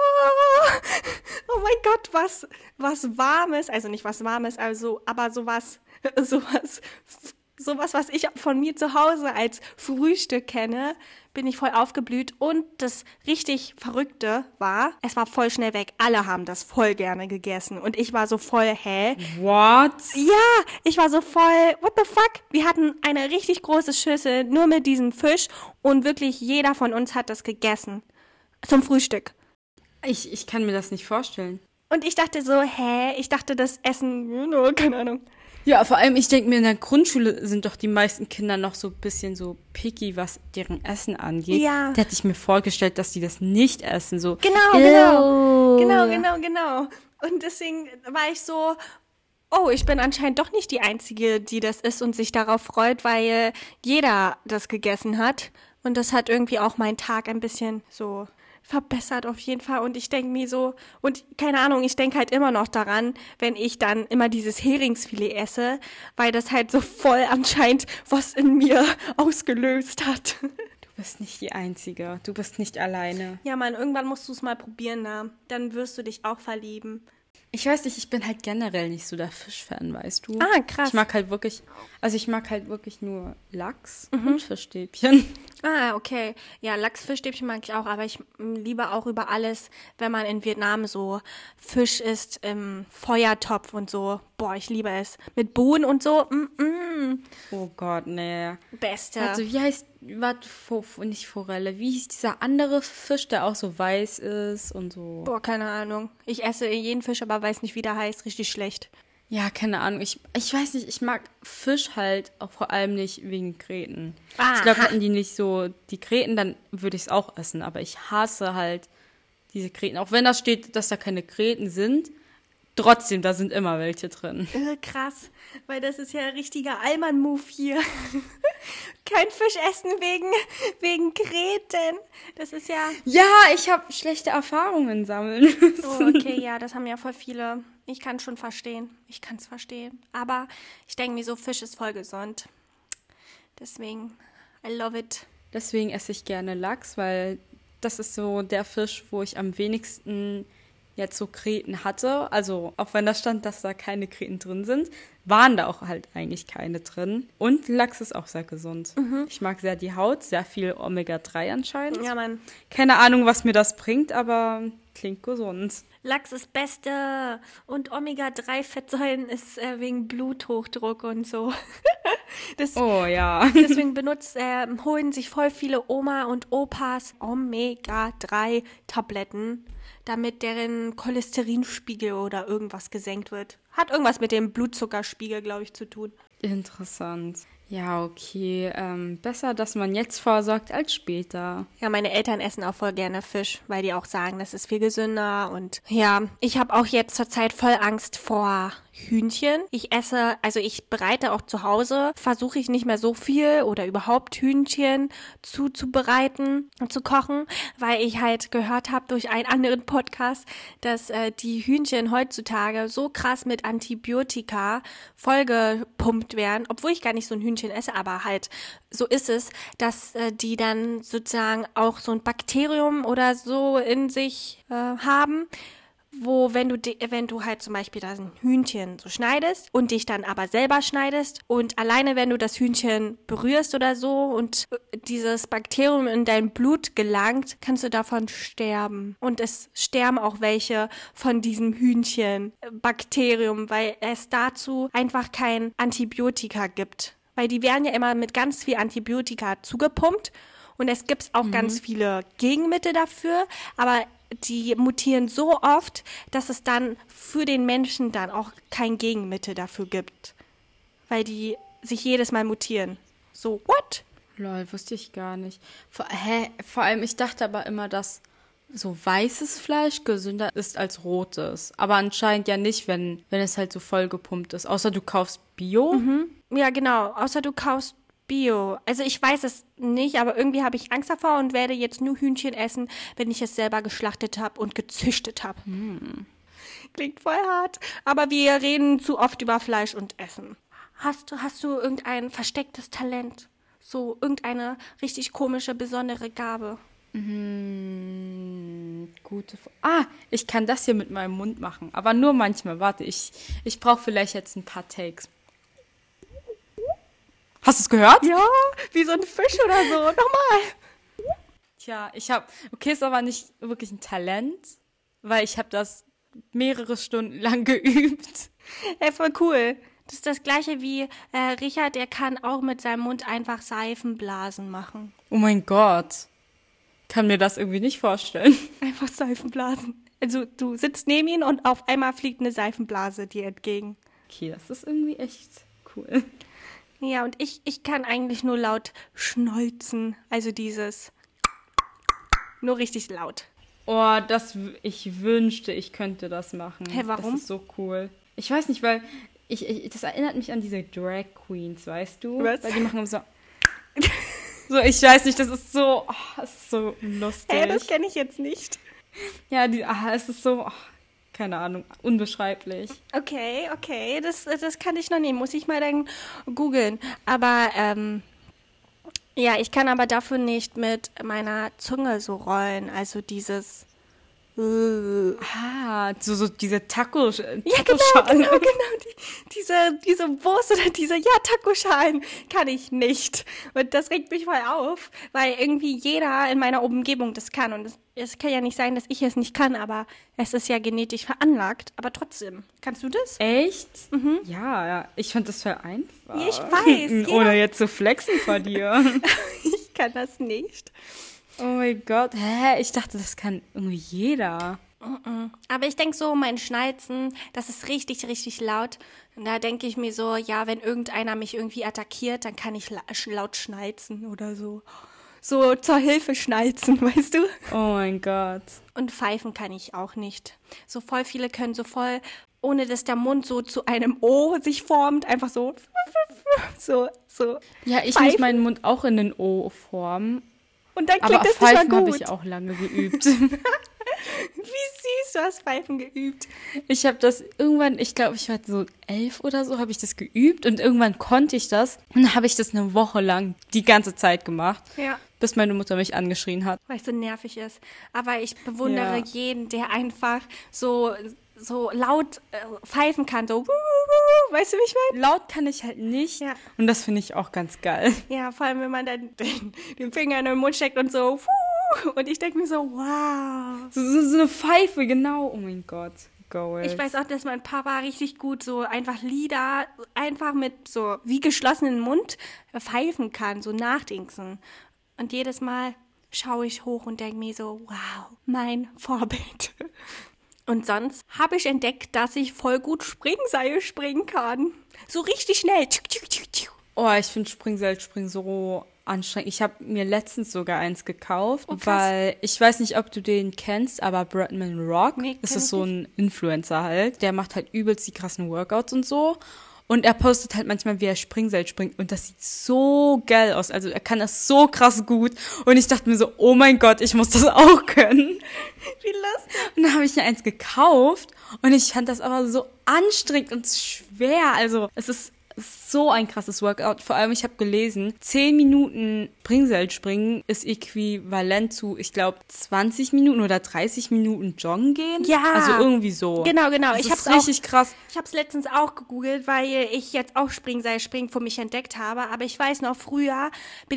oh mein Gott, was Warmes, also nicht was Warmes, also, aber sowas sowas, was ich von mir zu Hause als Frühstück kenne, bin ich voll aufgeblüht. Und das richtig Verrückte war, es war voll schnell weg. Alle haben das voll gerne gegessen. Und ich war so voll, hä?
What?
Ja, ich war so voll, what the fuck? Wir hatten eine richtig große Schüssel nur mit diesem Fisch und wirklich jeder von uns hat das gegessen. Zum Frühstück.
Ich kann mir das nicht vorstellen.
Und ich dachte so, hä? Ich dachte, das Essen, keine Ahnung.
Ja, vor allem, ich denke mir, in der Grundschule sind doch die meisten Kinder noch so ein bisschen so picky, was deren Essen angeht.
Ja.
Da hätte ich mir vorgestellt, dass die das nicht essen. So,
Genau. Und deswegen war ich so, oh, ich bin anscheinend doch nicht die Einzige, die das isst und sich darauf freut, weil jeder das gegessen hat. Und das hat irgendwie auch meinen Tag ein bisschen so verbessert auf jeden Fall. Und ich denke mir so, und keine Ahnung, ich denke halt immer noch daran, wenn ich dann immer dieses Heringsfilet esse, weil das halt so voll anscheinend was in mir ausgelöst hat.
Du bist nicht die Einzige. Du bist nicht alleine.
Ja, Mann, irgendwann musst du es mal probieren, na. Dann wirst du dich auch verlieben.
Ich weiß nicht, ich bin halt generell nicht so der Fischfan, weißt du?
Ah, krass.
Ich mag halt wirklich nur Lachs und Fischstäbchen.
Ah, okay. Ja, Lachsfischstäbchen mag ich auch, aber ich liebe auch über alles, wenn man in Vietnam so Fisch isst im Feuertopf und so. Boah, ich liebe es. Mit Bohnen und so.
Oh Gott, nee.
Beste.
Also, wie heißt, nicht Forelle, wie hieß dieser andere Fisch, der auch so weiß ist und so?
Boah, keine Ahnung. Ich esse jeden Fisch, aber weiß nicht, wie der heißt. Richtig schlecht.
Ja, keine Ahnung. Ich weiß nicht, ich mag Fisch halt auch vor allem nicht wegen Gräten.
Ah,
Ich glaube, hätten die nicht so die Gräten, dann würde ich es auch essen. Aber ich hasse halt diese Gräten. Auch wenn da steht, dass da keine Gräten sind, trotzdem, da sind immer welche drin.
Krass, weil das ist ja ein richtiger Allmann-Move hier. Kein Fisch essen wegen Gräten. Das ist ja...
Ja, ich habe schlechte Erfahrungen sammeln müssen.
Oh, okay, ja, das haben ja voll viele. Ich kann es schon verstehen. Ich kann es verstehen. Aber ich denke mir so, Fisch ist voll gesund. Deswegen, I love it.
Deswegen esse ich gerne Lachs, weil das ist so der Fisch, wo ich am wenigsten jetzt so Gräten hatte. Also auch wenn da stand, dass da keine Gräten drin sind, waren da auch halt eigentlich keine drin. Und Lachs ist auch sehr gesund. Ich mag sehr die Haut, sehr viel Omega-3 anscheinend.
Ja, Mann.
Keine Ahnung, was mir das bringt, aber klingt gesund.
Lachs ist Beste und Omega-3-Fettsäuren ist wegen Bluthochdruck und so.
Oh ja.
Deswegen holen sich voll viele Oma und Opas Omega-3-Tabletten, damit deren Cholesterinspiegel oder irgendwas gesenkt wird. Hat irgendwas mit dem Blutzuckerspiegel, glaube ich, zu tun.
Interessant. Ja, okay. Besser, dass man jetzt vorsorgt als später.
Ja, meine Eltern essen auch voll gerne Fisch, weil die auch sagen, das ist viel gesünder. Und ja, ich habe auch jetzt zurzeit voll Angst vor Hühnchen. Ich bereite auch zu Hause, versuche ich nicht mehr so viel oder überhaupt Hühnchen zuzubereiten und zu kochen, weil ich halt gehört habe durch einen anderen Podcast, dass die Hühnchen heutzutage so krass mit Antibiotika vollgepumpt werden, obwohl ich gar nicht so ein Hühnchen esse, aber halt so ist es, dass die dann sozusagen auch so ein Bakterium oder so in sich haben, wo wenn du halt zum Beispiel da ein Hühnchen so schneidest und dich dann aber selber schneidest und alleine wenn du das Hühnchen berührst oder so und dieses Bakterium in dein Blut gelangt, kannst du davon sterben. Und es sterben auch welche von diesem Hühnchenbakterium, weil es dazu einfach kein Antibiotika gibt. Weil die werden ja immer mit ganz viel Antibiotika zugepumpt und es gibt auch ganz viele Gegenmittel dafür, aber die mutieren so oft, dass es dann für den Menschen dann auch kein Gegenmittel dafür gibt. Weil die sich jedes Mal mutieren. So, what?
Lol, wusste ich gar nicht. Vor allem, ich dachte aber immer, dass so weißes Fleisch gesünder ist als rotes. Aber anscheinend ja nicht, wenn es halt so voll gepumpt ist. Außer du kaufst Bio.
Ja, genau. Außer du kaufst Bio. Also ich weiß es nicht, aber irgendwie habe ich Angst davor und werde jetzt nur Hühnchen essen, wenn ich es selber geschlachtet habe und gezüchtet habe. Klingt voll hart. Aber wir reden zu oft über Fleisch und Essen. Hast du irgendein verstecktes Talent? So irgendeine richtig komische, besondere Gabe?
Ich kann das hier mit meinem Mund machen. Aber nur manchmal. Warte, ich brauche vielleicht jetzt ein paar Takes. Hast du es gehört?
Ja, wie so ein Fisch oder so. Nochmal.
Tja, okay, ist aber nicht wirklich ein Talent, weil ich habe das mehrere Stunden lang geübt.
Ey, voll cool. Das ist das gleiche wie Richard, der kann auch mit seinem Mund einfach Seifenblasen machen.
Oh mein Gott. Kann mir das irgendwie nicht vorstellen.
Einfach Seifenblasen. Also du sitzt neben ihm und auf einmal fliegt eine Seifenblase dir entgegen.
Okay, das ist irgendwie echt cool.
Ja, und ich kann eigentlich nur laut schneuzen. Also dieses nur richtig laut.
Oh, ich wünschte, ich könnte das machen.
Hä, warum?
Das ist so cool. Ich weiß nicht, weil das erinnert mich an diese Drag Queens, weißt du?
Was?
Weil die machen so... So, ich weiß nicht, das ist so lustig.
Hey, das kenne ich jetzt nicht.
Ja, es ist so, keine Ahnung, unbeschreiblich.
Okay, das kann ich noch nicht. Muss ich mal dann googeln. Aber, ja, ich kann aber dafür nicht mit meiner Zunge so rollen. Also dieses...
So diese Taco-Schalen.
Ja, genau. Diese Wurst oder Taco-Schalen kann ich nicht. Und das regt mich voll auf, weil irgendwie jeder in meiner Umgebung das kann. Und es kann ja nicht sein, dass ich es nicht kann, aber es ist ja genetisch veranlagt. Aber trotzdem, kannst du das?
Echt? Ja, ich fand das voll einfach.
Ja, ich weiß.
Ohne jetzt zu flexen vor dir.
Ich kann das nicht.
Oh mein Gott, ich dachte, das kann irgendwie jeder.
Aber ich denke so, mein Schnalzen, das ist richtig, richtig laut. Und da denke ich mir so, ja, wenn irgendeiner mich irgendwie attackiert, dann kann ich laut schnalzen oder so. So zur Hilfe schnalzen, weißt du?
Oh mein Gott.
Und pfeifen kann ich auch nicht. So voll viele können so voll, ohne dass der Mund so zu einem O sich formt, einfach so.
Ja, ich
pfeifen.
muss meinen Mund auch in den O formen.
Und dann klingt
aber
das nicht mal
Pfeifen habe
gut.
ich auch lange geübt.
Wie süß, du hast Pfeifen geübt.
Ich habe das irgendwann, ich glaube, ich war so 11 oder so, habe ich das geübt und irgendwann konnte ich das. Und dann habe ich das eine Woche lang die ganze Zeit gemacht,
Ja.
bis meine Mutter mich angeschrien hat.
Weil es so nervig ist. Aber ich bewundere
Ja.
jeden, der einfach so laut pfeifen kann. So, weißt du, wie ich meine?
Laut kann ich halt nicht und das finde ich auch ganz geil.
Ja, vor allem, wenn man dann den Finger in den Mund steckt und so, und ich denke mir so, wow.
So eine Pfeife, genau. Oh mein Gott. Go it.
Ich weiß auch, dass mein Papa richtig gut so einfach Lieder einfach mit so wie geschlossenen Mund pfeifen kann, so nachdingsen. Und jedes Mal schaue ich hoch und denke mir so, wow, mein Vorbild. Und sonst habe ich entdeckt, dass ich voll gut Springseil springen kann. So richtig schnell.
Oh, ich finde Springseilspringen so anstrengend. Ich habe mir letztens sogar eins gekauft,
Oh, krass.
weil ich weiß nicht, ob du den kennst, aber Bradman Rock,
Nee,
das
kenn
ist
ich
so ein Influencer halt. Der macht halt übelst die krassen Workouts und so. Und er postet halt manchmal, wie er Springseil springt. Und das sieht so geil aus. Also er kann das so krass gut. Und ich dachte mir so, oh mein Gott, ich muss das auch können.
Wie lustig.
Und dann habe ich mir eins gekauft. Und ich fand das aber so anstrengend und schwer. Also es ist so ein krasses Workout. Vor allem, ich habe gelesen, 10 Minuten Springseilspringen ist äquivalent zu, ich glaube, 20 Minuten oder 30 Minuten joggen gehen.
Ja.
Also irgendwie so.
Genau.
Das
Ich
ist
hab's
richtig krass.
Ich habe es letztens auch gegoogelt, weil ich jetzt auch Springseilspringen für mich entdeckt habe. Aber ich weiß noch, früher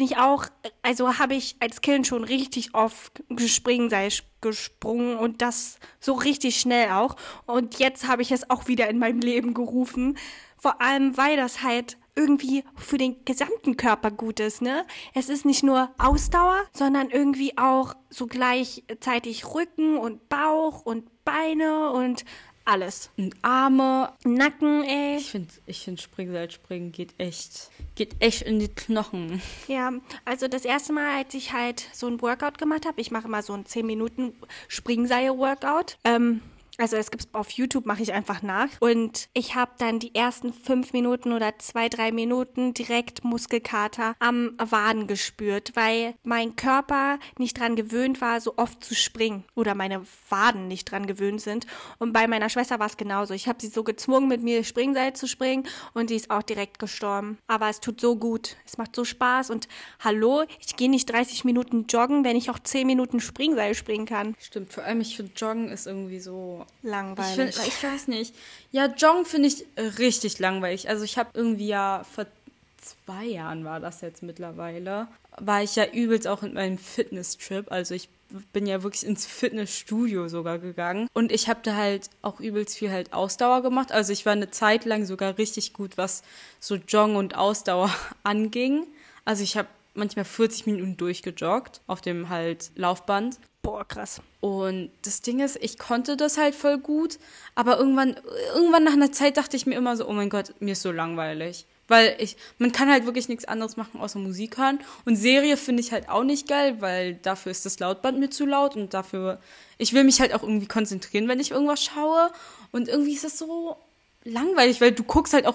habe ich als Kind schon richtig oft Springseil gesprungen und das so richtig schnell auch. Und jetzt habe ich es auch wieder in meinem Leben gerufen. Vor allem, weil das halt irgendwie für den gesamten Körper gut ist, ne? Es ist nicht nur Ausdauer, sondern irgendwie auch so gleichzeitig Rücken und Bauch und Beine und alles.
Und Arme.
Nacken, ey.
Ich find Springseilspringen geht echt in die Knochen.
Ja, also das erste Mal, als ich halt so ein Workout gemacht habe, ich mache immer so ein 10 Minuten Springseil-Workout, also das gibt's auf YouTube, mache ich einfach nach. Und ich habe dann die ersten 5 Minuten oder 2-3 Minuten direkt Muskelkater am Waden gespürt, weil mein Körper nicht dran gewöhnt war, so oft zu springen. Oder meine Waden nicht dran gewöhnt sind. Und bei meiner Schwester war es genauso. Ich habe sie so gezwungen, mit mir Springseil zu springen und sie ist auch direkt gestorben. Aber es tut so gut. Es macht so Spaß. Und hallo, ich gehe nicht 30 Minuten joggen, wenn ich auch 10 Minuten Springseil springen kann.
Stimmt, vor allem ich finde Joggen ist irgendwie so
Langweilig.
Ich weiß nicht. Ja, Joggen finde ich richtig langweilig. Also ich habe irgendwie ja vor 2 Jahren war das jetzt mittlerweile, war ich ja übelst auch in meinem Fitness-Trip. Also ich bin ja wirklich ins Fitnessstudio sogar gegangen. Und ich habe da halt auch übelst viel halt Ausdauer gemacht. Also ich war eine Zeit lang sogar richtig gut, was so Joggen und Ausdauer anging. Also ich habe manchmal 40 Minuten durchgejoggt auf dem halt Laufband.
Boah, krass.
Und das Ding ist, ich konnte das halt voll gut, aber irgendwann nach einer Zeit dachte ich mir immer so, oh mein Gott, mir ist so langweilig. Weil man kann halt wirklich nichts anderes machen, außer Musik hören. Und Serie finde ich halt auch nicht geil, weil dafür ist das Lautband mir zu laut und ich will mich halt auch irgendwie konzentrieren, wenn ich irgendwas schaue. Und irgendwie ist das so langweilig, weil du guckst halt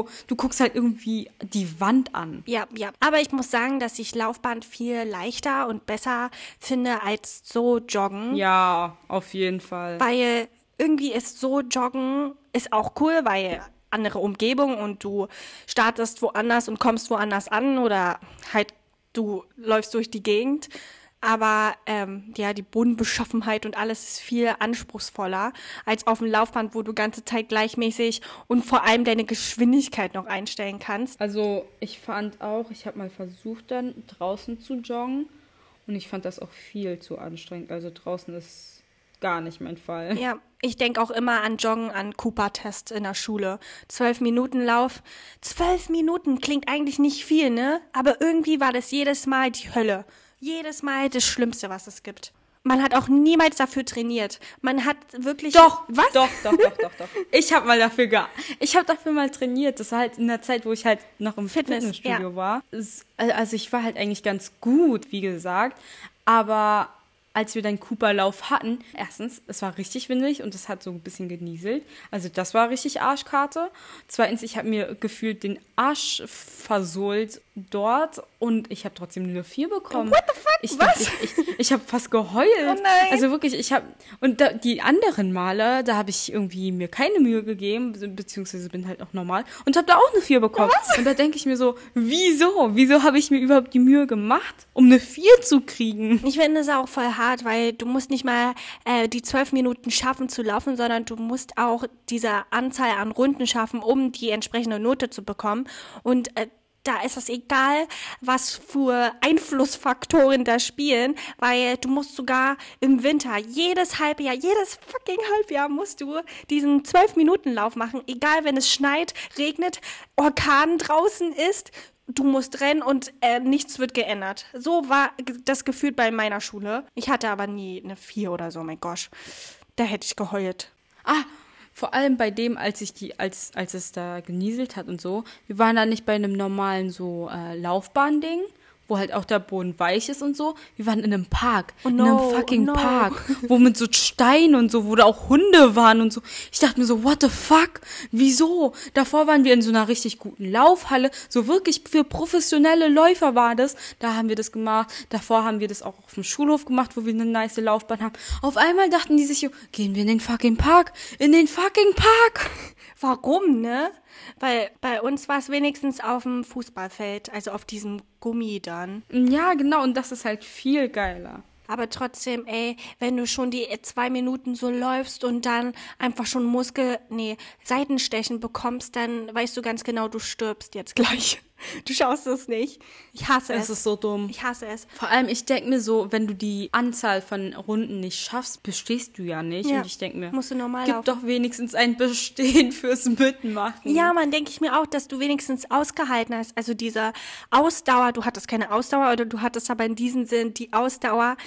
irgendwie die Wand an.
Ja. Aber ich muss sagen, dass ich Laufband viel leichter und besser finde als so joggen.
Ja, auf jeden Fall.
Weil irgendwie ist so joggen ist auch cool, weil andere Umgebung und du startest woanders und kommst woanders an oder halt du läufst durch die Gegend. Aber die Bodenbeschaffenheit und alles ist viel anspruchsvoller als auf dem Laufband, wo du ganze Zeit gleichmäßig und vor allem deine Geschwindigkeit noch einstellen kannst.
Also ich fand auch, ich habe mal versucht dann draußen zu joggen und ich fand das auch viel zu anstrengend. Also draußen ist gar nicht mein Fall.
Ja, ich denke auch immer an Joggen, an Cooper-Test in der Schule. 12 Minuten Lauf. 12 Minuten klingt eigentlich nicht viel, ne? Aber irgendwie war das jedes Mal die Hölle. Jedes Mal das Schlimmste, was es gibt. Man hat auch niemals dafür trainiert. Man hat wirklich...
Doch,
was?
Doch. Ich habe dafür mal trainiert. Das war halt in der Zeit, wo ich halt noch im Fitnessstudio war. Also ich war halt eigentlich ganz gut, wie gesagt. Aber als wir dann Cooper-Lauf hatten, erstens, es war richtig windig und es hat so ein bisschen genieselt. Also das war richtig Arschkarte. Zweitens, ich habe mir gefühlt den Arsch versohlt dort und ich habe trotzdem nur 4 bekommen.
What the fuck? Was?
Ich habe fast geheult.
Oh nein.
Also wirklich, die anderen Male, da habe ich irgendwie mir keine Mühe gegeben, beziehungsweise bin halt auch normal und habe da auch eine 4 bekommen.
Was?
Und da denke ich mir so, wieso habe ich mir überhaupt die Mühe gemacht, um eine 4 zu kriegen?
Ich finde es auch voll hart, weil du musst nicht mal die 12 Minuten schaffen zu laufen, sondern du musst auch diese Anzahl an Runden schaffen, um die entsprechende Note zu bekommen. Und da ist es egal, was für Einflussfaktoren da spielen, weil du musst sogar im Winter, jedes fucking Halbjahr musst du diesen 12-Minuten-Lauf machen, egal wenn es schneit, regnet, Orkan draußen ist, du musst rennen und nichts wird geändert. So war das Gefühl bei meiner Schule. Ich hatte aber nie eine 4 oder so, mein Gosh. Da hätte ich geheult.
Vor allem bei dem, als es da genieselt hat und so, wir waren da nicht bei einem normalen so Laufbahnding, wo halt auch der Boden weich ist und so. Wir waren in einem Park, in einem fucking Park, wo mit so Steinen und so, wo da auch Hunde waren und so. Ich dachte mir so, what the fuck? Wieso? Davor waren wir in so einer richtig guten Laufhalle, so wirklich für professionelle Läufer war das. Da haben wir das gemacht. Davor haben wir das auch auf dem Schulhof gemacht, wo wir eine nice Laufbahn haben. Auf einmal dachten die sich so, gehen wir in den fucking Park? In den fucking Park!
Warum, ne? Weil bei uns war es wenigstens auf dem Fußballfeld, also auf diesem Gummi dann.
Ja, genau, und das ist halt viel geiler.
Aber trotzdem, wenn du schon die 2 Minuten so läufst und dann einfach schon Seitenstechen bekommst, dann weißt du ganz genau, du stirbst jetzt gleich. Du schaust es nicht. Ich hasse es.
Es ist so dumm.
Ich hasse es.
Vor allem, ich denke mir so, wenn du die Anzahl von Runden nicht schaffst, bestehst du ja nicht.
Ja,
und ich denke mir,
musst du normal
gib
laufen.
doch wenigstens ein Bestehen fürs Mitmachen.
Ja, man, denke ich mir auch, dass du wenigstens ausgehalten hast. Also diese Ausdauer, du hattest keine Ausdauer oder du hattest aber in diesem Sinn die Ausdauer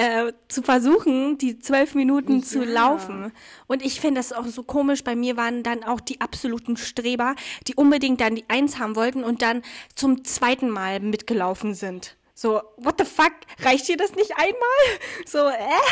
zu versuchen, die 12 Minuten zu laufen. Und ich finde das auch so komisch. Bei mir waren dann auch die absoluten Streber, die unbedingt dann die 1 haben wollten und dann zum 2. Mal mitgelaufen sind. So, what the fuck? Reicht dir das nicht einmal? So,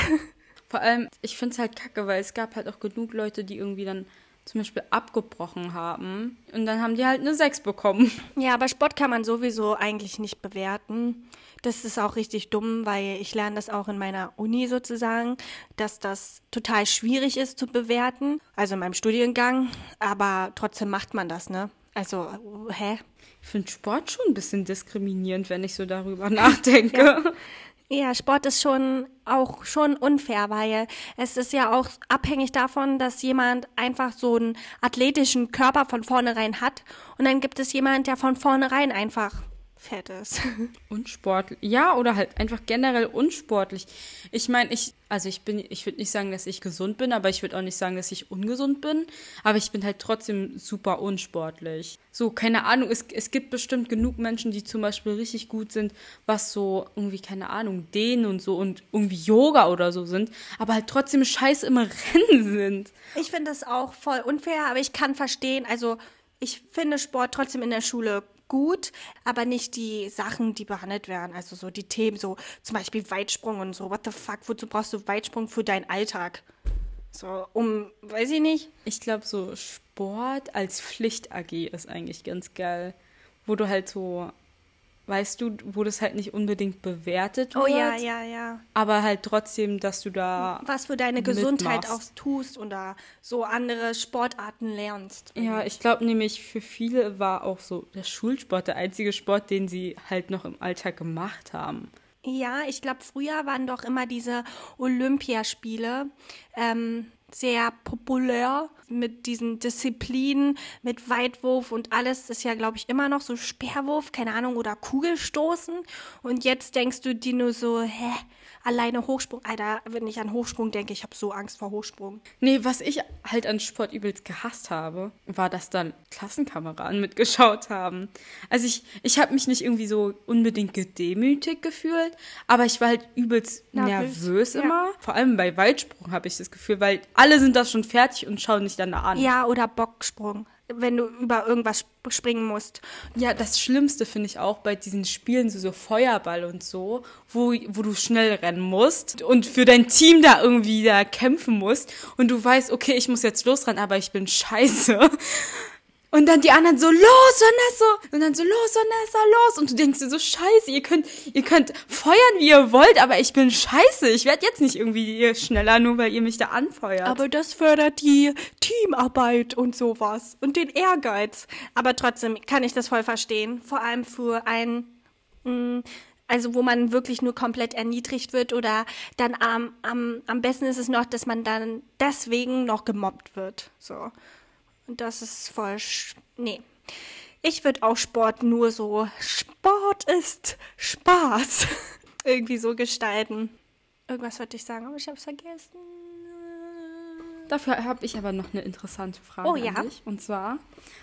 Vor allem, ich finde es halt kacke, weil es gab halt auch genug Leute, die irgendwie dann zum Beispiel abgebrochen haben und dann haben die halt eine 6 bekommen.
Ja, aber Sport kann man sowieso eigentlich nicht bewerten. Das ist auch richtig dumm, weil ich lerne das auch in meiner Uni sozusagen, dass das total schwierig ist zu bewerten, also in meinem Studiengang, aber trotzdem macht man das, ne? Also,
Ich finde Sport schon ein bisschen diskriminierend, wenn ich so darüber nachdenke.
Ja, Sport ist schon unfair, weil es ist ja auch abhängig davon, dass jemand einfach so einen athletischen Körper von vornherein hat und dann gibt es jemand, der von vornherein einfach fett ist.
Unsportlich. Ja, oder halt einfach generell unsportlich. Ich meine, ich würde nicht sagen, dass ich gesund bin, aber ich würde auch nicht sagen, dass ich ungesund bin. Aber ich bin halt trotzdem super unsportlich. So, keine Ahnung, es gibt bestimmt genug Menschen, die zum Beispiel richtig gut sind, was so irgendwie, keine Ahnung, Dehnen und so und irgendwie Yoga oder so sind, aber halt trotzdem scheiße im Rennen sind.
Ich finde das auch voll unfair, aber ich kann verstehen, also ich finde Sport trotzdem in der Schule gut, aber nicht die Sachen, die behandelt werden. Also so die Themen, so zum Beispiel Weitsprung und so. What the fuck, wozu brauchst du Weitsprung für deinen Alltag? So, weiß ich nicht.
Ich glaube, so Sport als Pflicht-AG ist eigentlich ganz geil. Wo du halt so, weißt du, wo das halt nicht unbedingt bewertet wird.
Oh ja, ja, ja.
Aber halt trotzdem, dass du da
was für deine Gesundheit auch
mitmachst.
tust oder so andere Sportarten lernst.
Ja, ich glaube nämlich, für viele war auch so der Schulsport der einzige Sport, den sie halt noch im Alltag gemacht haben.
Ja, ich glaube, früher waren doch immer diese Olympiaspiele sehr populär mit diesen Disziplinen, mit Weitwurf und alles. Das ist ja, glaube ich, immer noch so Speerwurf, keine Ahnung, oder Kugelstoßen. Und jetzt denkst du dir nur so, alleine Hochsprung. Alter, wenn ich an Hochsprung denke, ich habe so Angst vor Hochsprung.
Nee, was ich halt an Sport übelst gehasst habe, war, dass dann Klassenkameraden mitgeschaut haben. Also ich habe mich nicht irgendwie so unbedingt gedemütigt gefühlt, aber ich war halt übelst nervös
ja.
immer. Vor allem bei Weitsprung habe ich das Gefühl, weil alle sind da schon fertig und schauen dich dann an.
Ja, oder Bocksprung, wenn du über irgendwas springen musst.
Ja, das Schlimmste finde ich auch bei diesen Spielen, so Feuerball und so, wo du schnell rennen musst und für dein Team da irgendwie da kämpfen musst und du weißt, okay, ich muss jetzt losrennen, aber ich bin scheiße. Und dann die anderen so, los, Vanessa! Und dann so, los, Vanessa, los! Und du denkst dir so, scheiße, ihr könnt feuern, wie ihr wollt, aber ich bin scheiße. Ich werde jetzt nicht irgendwie schneller, nur weil ihr mich da anfeuert.
Aber das fördert die Teamarbeit und sowas und den Ehrgeiz. Aber trotzdem kann ich das voll verstehen. Vor allem für also wo man wirklich nur komplett erniedrigt wird oder dann am besten ist es noch, dass man dann deswegen noch gemobbt wird. So. Und das ist voll, nee. Ich würde auch Sport nur so, Sport ist Spaß, irgendwie so gestalten. Irgendwas wollte ich sagen, aber ich habe es vergessen.
Dafür habe ich aber noch eine interessante Frage
an
dich. Und zwar,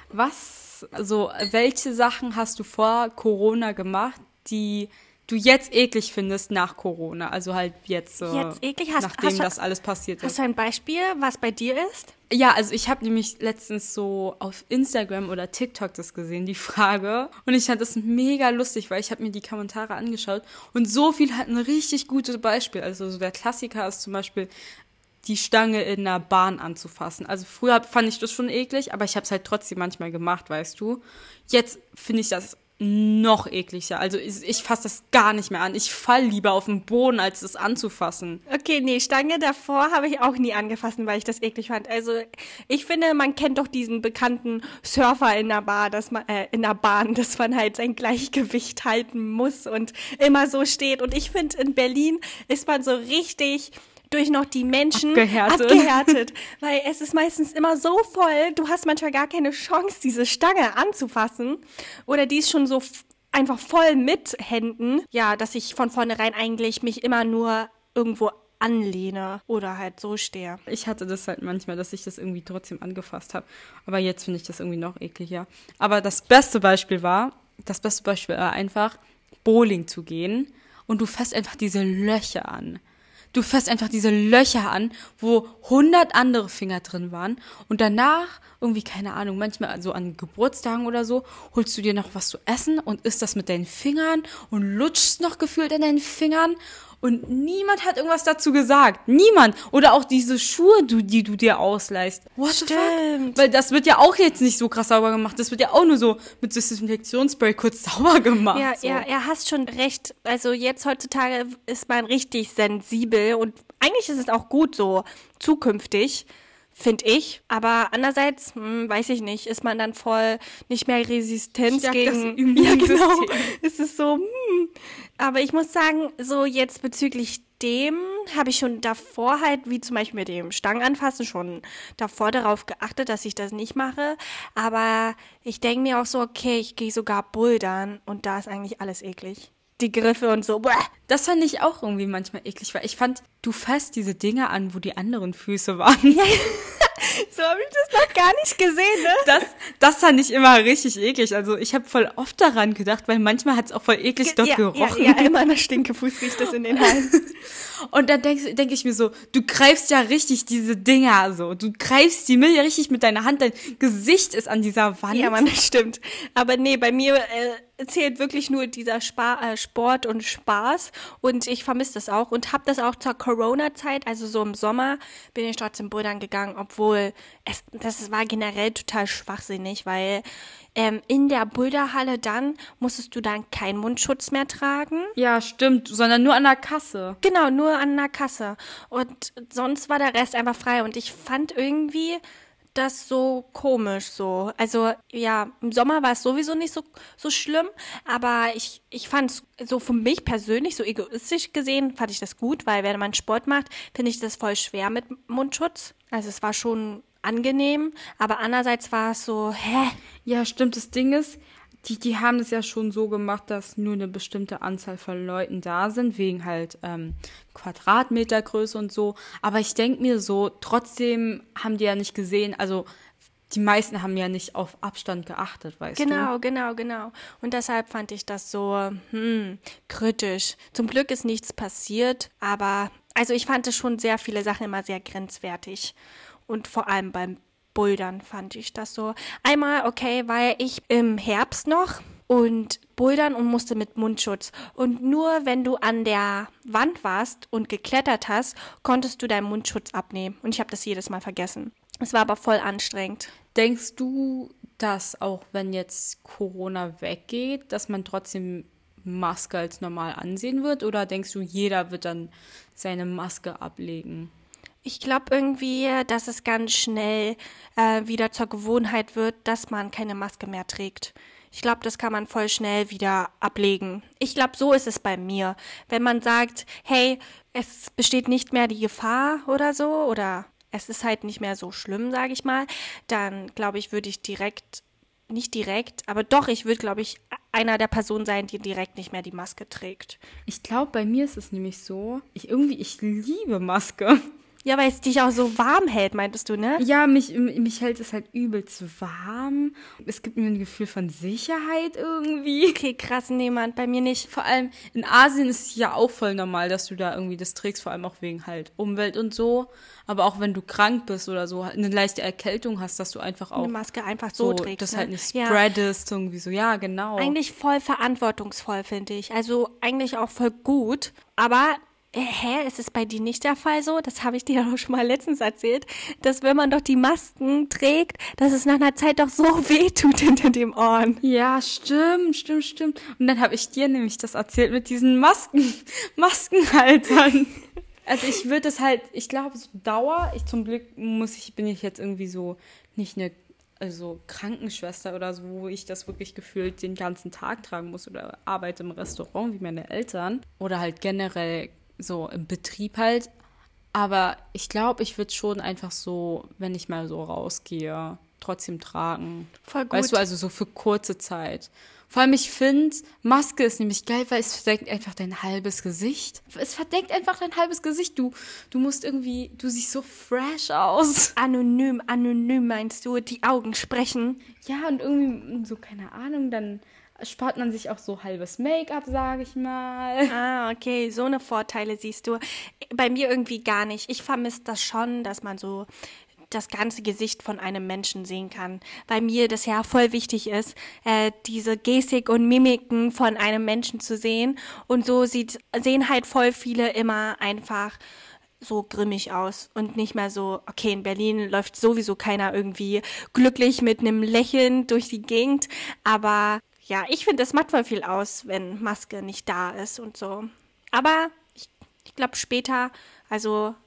welche Sachen hast du vor Corona gemacht, die du jetzt eklig findest nach Corona? Also halt jetzt
eklig?
nachdem das alles passiert ist.
Hast du ein Beispiel, was bei dir ist?
Ja, also ich habe nämlich letztens so auf Instagram oder TikTok das gesehen, die Frage. Und ich fand das mega lustig, weil ich habe mir die Kommentare angeschaut. Und so viel hatten richtig gute Beispiele. Also so der Klassiker ist zum Beispiel, die Stange in der Bahn anzufassen. Also früher fand ich das schon eklig, aber ich habe es halt trotzdem manchmal gemacht, weißt du. Jetzt finde ich das noch ekliger. Also ich fasse das gar nicht mehr an. Ich fall lieber auf den Boden, als das anzufassen.
Okay, nee, Stange davor habe ich auch nie angefasst, weil ich das eklig fand. Also ich finde, man kennt doch diesen bekannten Surfer in der Bahn, dass man halt sein Gleichgewicht halten muss und immer so steht. Und ich finde, in Berlin ist man so richtig durch noch die Menschen abgehärtet, weil es ist meistens immer so voll, du hast manchmal gar keine Chance, diese Stange anzufassen oder die ist schon so einfach voll mit Händen, ja, dass ich von vornherein eigentlich mich immer nur irgendwo anlehne oder halt so stehe.
Ich hatte das halt manchmal, dass ich das irgendwie trotzdem angefasst habe, aber jetzt finde ich das irgendwie noch ekliger. Aber das beste Beispiel war einfach, Bowling zu gehen und du fasst einfach diese Löcher an. Du fasst einfach diese Löcher an, wo 100 andere Finger drin waren und danach irgendwie, keine Ahnung, manchmal so an Geburtstagen oder so, holst du dir noch was zu essen und isst das mit deinen Fingern und lutschst noch gefühlt an deinen Fingern und niemand hat irgendwas dazu gesagt. Niemand. Oder auch diese Schuhe, die du dir ausleihst.
What the fuck?
Weil das wird ja auch jetzt nicht so krass sauber gemacht. Das wird ja auch nur so mit Desinfektionsspray kurz sauber gemacht.
Ja,
so.
ja, er hast schon recht. Also jetzt heutzutage ist man richtig sensibel und eigentlich ist es auch gut so zukünftig finde ich. Aber andererseits, weiß ich nicht, ist man dann voll nicht mehr Resistenz
Stärkt
gegen...
das Immunsystem.
Ja, genau. Es ist so, Aber ich muss sagen, so jetzt bezüglich dem habe ich schon davor halt, wie zum Beispiel mit dem Stangenanfassen, schon davor darauf geachtet, dass ich das nicht mache. Aber ich denke mir auch so, okay, ich gehe sogar bouldern und da ist eigentlich alles eklig. Die Griffe und so. Bäh.
Das fand ich auch irgendwie manchmal eklig, weil ich fand, du fasst diese Dinge an, wo die anderen Füße waren.
Ja, so habe ich das noch gar nicht gesehen, ne?
Das fand ich immer richtig eklig. Also ich habe voll oft daran gedacht, weil manchmal hat es auch voll eklig dort gerochen.
Ja, immer nach Stinkefuß riecht das in den Hallen.
Und dann denk ich mir so, du greifst ja richtig diese Dinger so. Du greifst die Milch richtig mit deiner Hand. Dein Gesicht ist an dieser Wand.
Ja, Mann, das stimmt. Aber nee, bei mir zählt wirklich nur dieser Sport und Spaß. Und ich vermisse das auch. Und habe das auch zur Corona-Zeit, also so im Sommer, bin ich trotzdem bouldern gegangen. Obwohl, das war generell total schwachsinnig, weil in der Boulderhalle dann musstest du dann keinen Mundschutz mehr tragen.
Ja, stimmt, sondern nur an der Kasse.
Genau, nur an der Kasse. Und sonst war der Rest einfach frei. Und ich fand irgendwie das so komisch so. Also ja, im Sommer war es sowieso nicht so schlimm, aber ich fand es so für mich persönlich, so egoistisch gesehen, fand ich das gut, weil wenn man Sport macht, finde ich das voll schwer mit Mundschutz. Also es war schon angenehm, aber andererseits war es so,
Ja, stimmt, das Ding ist, die haben es ja schon so gemacht, dass nur eine bestimmte Anzahl von Leuten da sind, wegen halt Quadratmetergröße und so. Aber ich denke mir so, trotzdem haben die ja nicht gesehen, also die meisten haben ja nicht auf Abstand geachtet, weißt du?
Genau. Und deshalb fand ich das so, kritisch. Zum Glück ist nichts passiert, aber also ich fand es schon sehr viele Sachen immer sehr grenzwertig. Und vor allem beim Bouldern fand ich das so. Einmal, okay, war ich im Herbst noch und bouldern und musste mit Mundschutz. Und nur wenn du an der Wand warst und geklettert hast, konntest du deinen Mundschutz abnehmen. Und ich habe das jedes Mal vergessen. Es war aber voll anstrengend.
Denkst du, dass auch wenn jetzt Corona weggeht, dass man trotzdem Maske als normal ansehen wird? Oder denkst du, jeder wird dann seine Maske ablegen?
Ich glaube irgendwie, dass es ganz schnell wieder zur Gewohnheit wird, dass man keine Maske mehr trägt. Ich glaube, das kann man voll schnell wieder ablegen. Ich glaube, so ist es bei mir. Wenn man sagt, hey, es besteht nicht mehr die Gefahr oder so, oder es ist halt nicht mehr so schlimm, sage ich mal, dann glaube ich, würde ich nicht direkt, aber doch, ich würde, glaube ich, einer der Personen sein, die direkt nicht mehr die Maske trägt.
Ich glaube, bei mir ist es nämlich so, ich liebe Maske.
Ja, weil es dich auch so warm hält, meintest du, ne?
Ja, mich hält es halt übelst warm. Es gibt mir ein Gefühl von Sicherheit irgendwie.
Okay, krass, niemand, bei mir nicht.
Vor allem in Asien ist es ja auch voll normal, dass du da irgendwie das trägst, vor allem auch wegen halt Umwelt und so. Aber auch wenn du krank bist oder so, eine leichte Erkältung hast, dass du einfach auch
eine Maske einfach so trägst.
Das
ne?
halt nicht
Ja.
spreadest, irgendwie so, ja, genau.
Eigentlich voll verantwortungsvoll, finde ich. Also eigentlich auch voll gut. Aber, ist es bei dir nicht der Fall so? Das habe ich dir doch schon mal letztens erzählt, dass wenn man doch die Masken trägt, dass es nach einer Zeit doch so weh tut hinter dem Ohren.
Ja, stimmt. Und dann habe ich dir nämlich das erzählt mit diesen Maskenhaltern. Also ich würde es halt, ich glaube, so zum Glück bin ich jetzt irgendwie so nicht eine Krankenschwester oder so, wo ich das wirklich gefühlt den ganzen Tag tragen muss oder arbeite im Restaurant wie meine Eltern oder halt generell so im Betrieb halt. Aber ich glaube, ich würde schon einfach so, wenn ich mal so rausgehe, trotzdem tragen.
Voll gut.
Weißt du, also so für kurze Zeit. Vor allem, ich finde, Maske ist nämlich geil, weil es verdeckt einfach dein halbes Gesicht. Es verdeckt einfach dein halbes Gesicht. Du musst irgendwie, du siehst so fresh aus.
Anonym meinst du, die Augen sprechen.
Ja, und irgendwie so, keine Ahnung, dann spart man sich auch so halbes Make-up, sage ich mal.
Ah, okay, so eine Vorteile siehst du. Bei mir irgendwie gar nicht. Ich vermisse das schon, dass man so das ganze Gesicht von einem Menschen sehen kann. Weil mir das ja voll wichtig ist, diese Gestik und Mimiken von einem Menschen zu sehen. Und so sehen halt voll viele immer einfach so grimmig aus und nicht mehr so, okay, in Berlin läuft sowieso keiner irgendwie glücklich mit einem Lächeln durch die Gegend, aber ja, ich finde, es macht voll viel aus, wenn Maske nicht da ist und so. Aber ich glaube später, also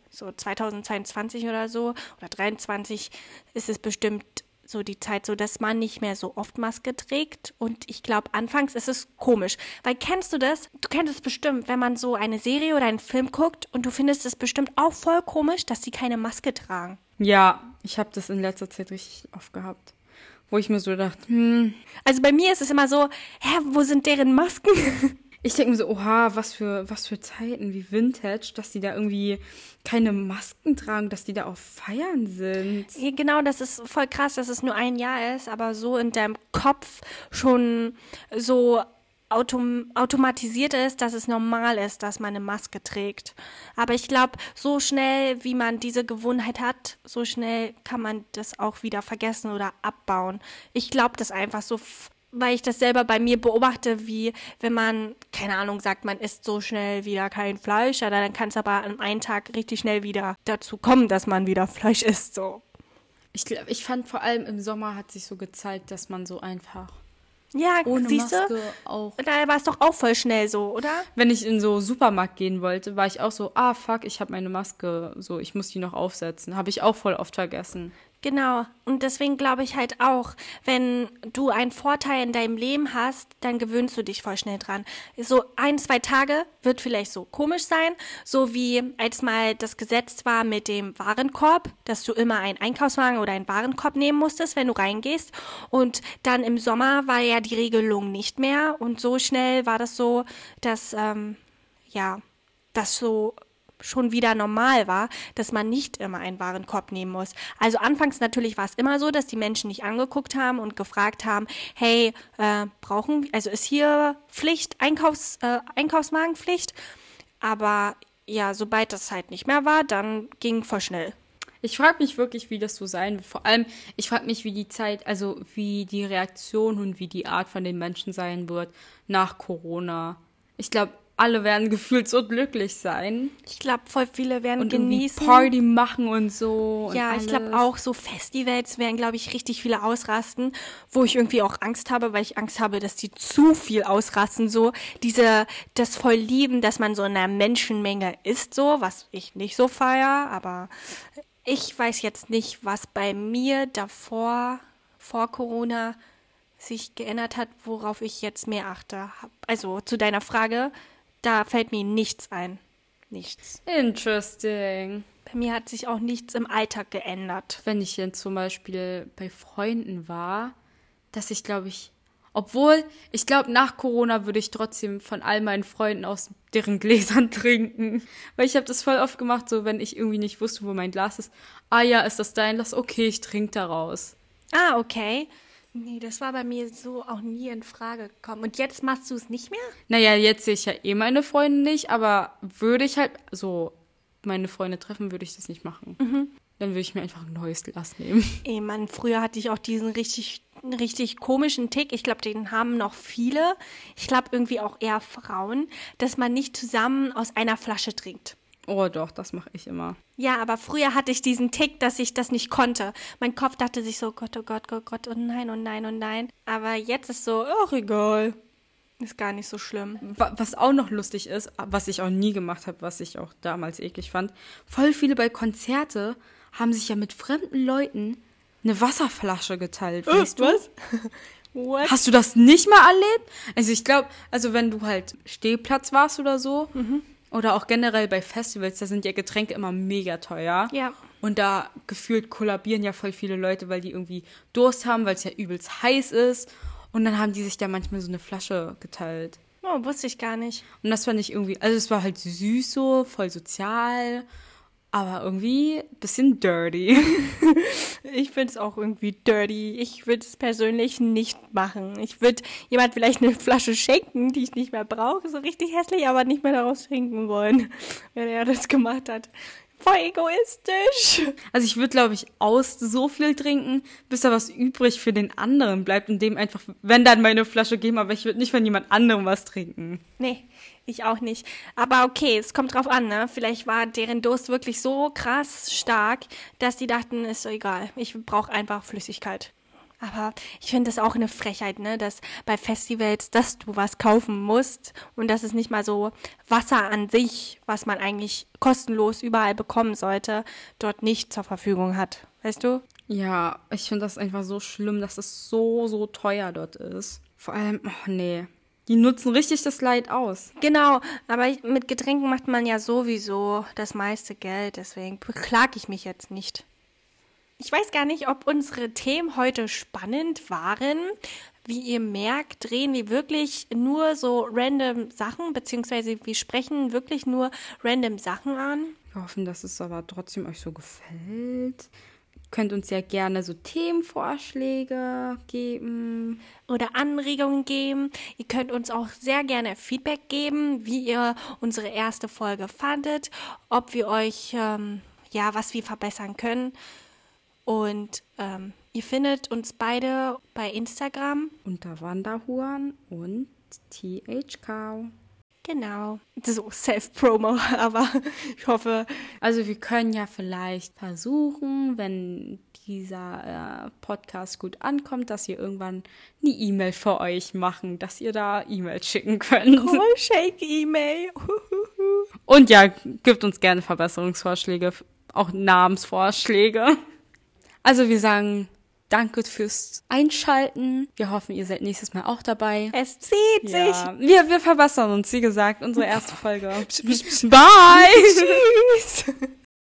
so 2022 oder so oder 23 ist es bestimmt so die Zeit so, dass man nicht mehr so oft Maske trägt. Und ich glaube, anfangs ist es komisch. Weil kennst du das? Du kennst es bestimmt, wenn man so eine Serie oder einen Film guckt und du findest es bestimmt auch voll komisch, dass die keine Maske tragen.
Ja, ich habe das in letzter Zeit richtig oft gehabt. Wo ich mir so dachte,
Also bei mir ist es immer so, wo sind deren Masken?
Ich denke mir so, oha, was für Zeiten, wie Vintage, dass die da irgendwie keine Masken tragen, dass die da auf Feiern sind.
Ja, genau, das ist voll krass, dass es nur ein Jahr ist, aber so in deinem Kopf schon so automatisiert ist, dass es normal ist, dass man eine Maske trägt. Aber ich glaube, so schnell, wie man diese Gewohnheit hat, so schnell kann man das auch wieder vergessen oder abbauen. Ich glaube das einfach so, weil ich das selber bei mir beobachte, wie wenn man, keine Ahnung, sagt, man isst so schnell wieder kein Fleisch, oder dann kann es aber an einem Tag richtig schnell wieder dazu kommen, dass man wieder Fleisch isst, so.
Ich fand vor allem im Sommer hat sich so gezeigt, dass man so einfach
Ja,
ohne
siehst
Maske
du?
auch.
Da war es doch auch voll schnell so, oder?
Wenn ich in so Supermarkt gehen wollte, war ich auch so, fuck, ich habe meine Maske, so, ich muss die noch aufsetzen. Habe ich auch voll oft vergessen.
Genau. Und deswegen glaube ich halt auch, wenn du einen Vorteil in deinem Leben hast, dann gewöhnst du dich voll schnell dran. So 1-2 Tage wird vielleicht so komisch sein, so wie als mal das Gesetz war mit dem Warenkorb, dass du immer einen Einkaufswagen oder einen Warenkorb nehmen musstest, wenn du reingehst. Und dann im Sommer war ja die Regelung nicht mehr. Und so schnell war das so, dass, das so schon wieder normal war, dass man nicht immer einen Warenkorb nehmen muss. Also anfangs natürlich war es immer so, dass die Menschen nicht angeguckt haben und gefragt haben, hey, also ist hier Pflicht, Einkaufswagenpflicht? Aber ja, sobald das halt nicht mehr war, dann ging voll schnell.
Ich frage mich wirklich, wie das so sein wird. Vor allem, ich frage mich, wie die Zeit, also wie die Reaktion und wie die Art von den Menschen sein wird nach Corona. Ich glaube, alle werden gefühlt so glücklich sein.
Ich glaube, voll viele werden
und
genießen.
Party machen und so.
Ja,
und
ich glaube auch, so Festivals werden, glaube ich, richtig viele ausrasten, wo ich irgendwie auch Angst habe, weil ich Angst habe, dass die zu viel ausrasten, so das voll lieben, dass man so in einer Menschenmenge ist, so, was ich nicht so feier, aber ich weiß jetzt nicht, was bei mir davor, vor Corona, sich geändert hat, worauf ich jetzt mehr achte. Also zu deiner Frage, da fällt mir nichts ein. Nichts.
Interesting.
Bei mir hat sich auch nichts im Alltag geändert.
Wenn ich jetzt zum Beispiel bei Freunden war, dass ich glaube, nach Corona würde ich trotzdem von all meinen Freunden aus deren Gläsern trinken. Weil ich habe das voll oft gemacht, so wenn ich irgendwie nicht wusste, wo mein Glas ist. Ja, ist das dein Glas? Okay, ich trinke daraus.
Okay. Nee, das war bei mir so auch nie in Frage gekommen. Und jetzt machst du es nicht mehr?
Naja, jetzt sehe ich ja meine Freunde nicht, aber würde ich halt so meine Freunde treffen, würde ich das nicht machen. Dann würde ich mir einfach ein neues Glas nehmen.
Ey, Mann, früher hatte ich auch diesen richtig komischen Tick. Ich glaube, den haben noch viele. Ich glaube, irgendwie auch eher Frauen, dass man nicht zusammen aus einer Flasche trinkt.
Oh doch, das mache ich immer.
Ja, aber früher hatte ich diesen Tick, dass ich das nicht konnte. Mein Kopf dachte sich so, Gott, oh Gott, oh Gott, oh nein, oh nein, oh nein. Aber jetzt ist so, ach egal. Ist gar nicht so schlimm.
Was auch noch lustig ist, was ich auch nie gemacht habe, was ich auch damals eklig fand, voll viele bei Konzerte haben sich ja mit fremden Leuten eine Wasserflasche geteilt, weißt du?
Was? What?
Hast du das nicht mal erlebt? Also ich glaube, wenn du halt Stehplatz warst oder so, oder auch generell bei Festivals, da sind ja Getränke immer mega teuer.
Ja.
Und da gefühlt kollabieren ja voll viele Leute, weil die irgendwie Durst haben, weil es ja übelst heiß ist. Und dann haben die sich da manchmal so eine Flasche geteilt.
Oh, wusste ich gar nicht.
Und das fand ich irgendwie, also es war halt süß so, voll sozial, aber irgendwie ein bisschen dirty.
Ich finde es auch irgendwie dirty. Ich würde es persönlich nicht machen. Ich würde jemand vielleicht eine Flasche schenken, die ich nicht mehr brauche, so richtig hässlich, aber nicht mehr daraus trinken wollen, wenn er das gemacht hat. Voll egoistisch.
Also ich würde, glaube ich, so viel trinken, bis da was übrig für den anderen bleibt und dem einfach, wenn dann meine Flasche geben, aber ich würde nicht von jemand anderem was trinken.
Nee, ich auch nicht. Aber okay, es kommt drauf an, ne? Vielleicht war deren Durst wirklich so krass stark, dass die dachten, ist so egal, ich brauche einfach Flüssigkeit. Aber ich finde das auch eine Frechheit, ne, dass bei Festivals, dass du was kaufen musst und dass es nicht mal so Wasser an sich, was man eigentlich kostenlos überall bekommen sollte, dort nicht zur Verfügung hat. Weißt du?
Ja, ich finde das einfach so schlimm, dass es so teuer dort ist. Vor allem, oh nee, die nutzen richtig das Leid aus.
Genau, aber mit Getränken macht man ja sowieso das meiste Geld, deswegen beklage ich mich jetzt nicht. Ich weiß gar nicht, ob unsere Themen heute spannend waren. Wie ihr merkt, drehen wir wirklich nur so random Sachen, beziehungsweise wir sprechen wirklich nur random Sachen an.
Wir hoffen, dass es aber trotzdem euch so gefällt. Ihr könnt uns ja gerne so Themenvorschläge geben.
Oder Anregungen geben. Ihr könnt uns auch sehr gerne Feedback geben, wie ihr unsere erste Folge fandet, ob wir euch, was wir verbessern können. Und ihr findet uns beide bei Instagram.
Unter Wanderhuren und THCow.
Genau. So Self-Promo, aber ich hoffe.
Also wir können ja vielleicht versuchen, wenn dieser Podcast gut ankommt, dass wir irgendwann eine E-Mail für euch machen, dass ihr da E-Mails schicken könnt.
Cool, Shake-E-Mail.
Und ja, gebt uns gerne Verbesserungsvorschläge, auch Namensvorschläge. Also wir sagen danke fürs Einschalten. Wir hoffen, ihr seid nächstes Mal auch dabei.
Es zieht sich.
Ja, wir verbessern uns, wie gesagt, unsere erste Folge. Bye!
Tschüss.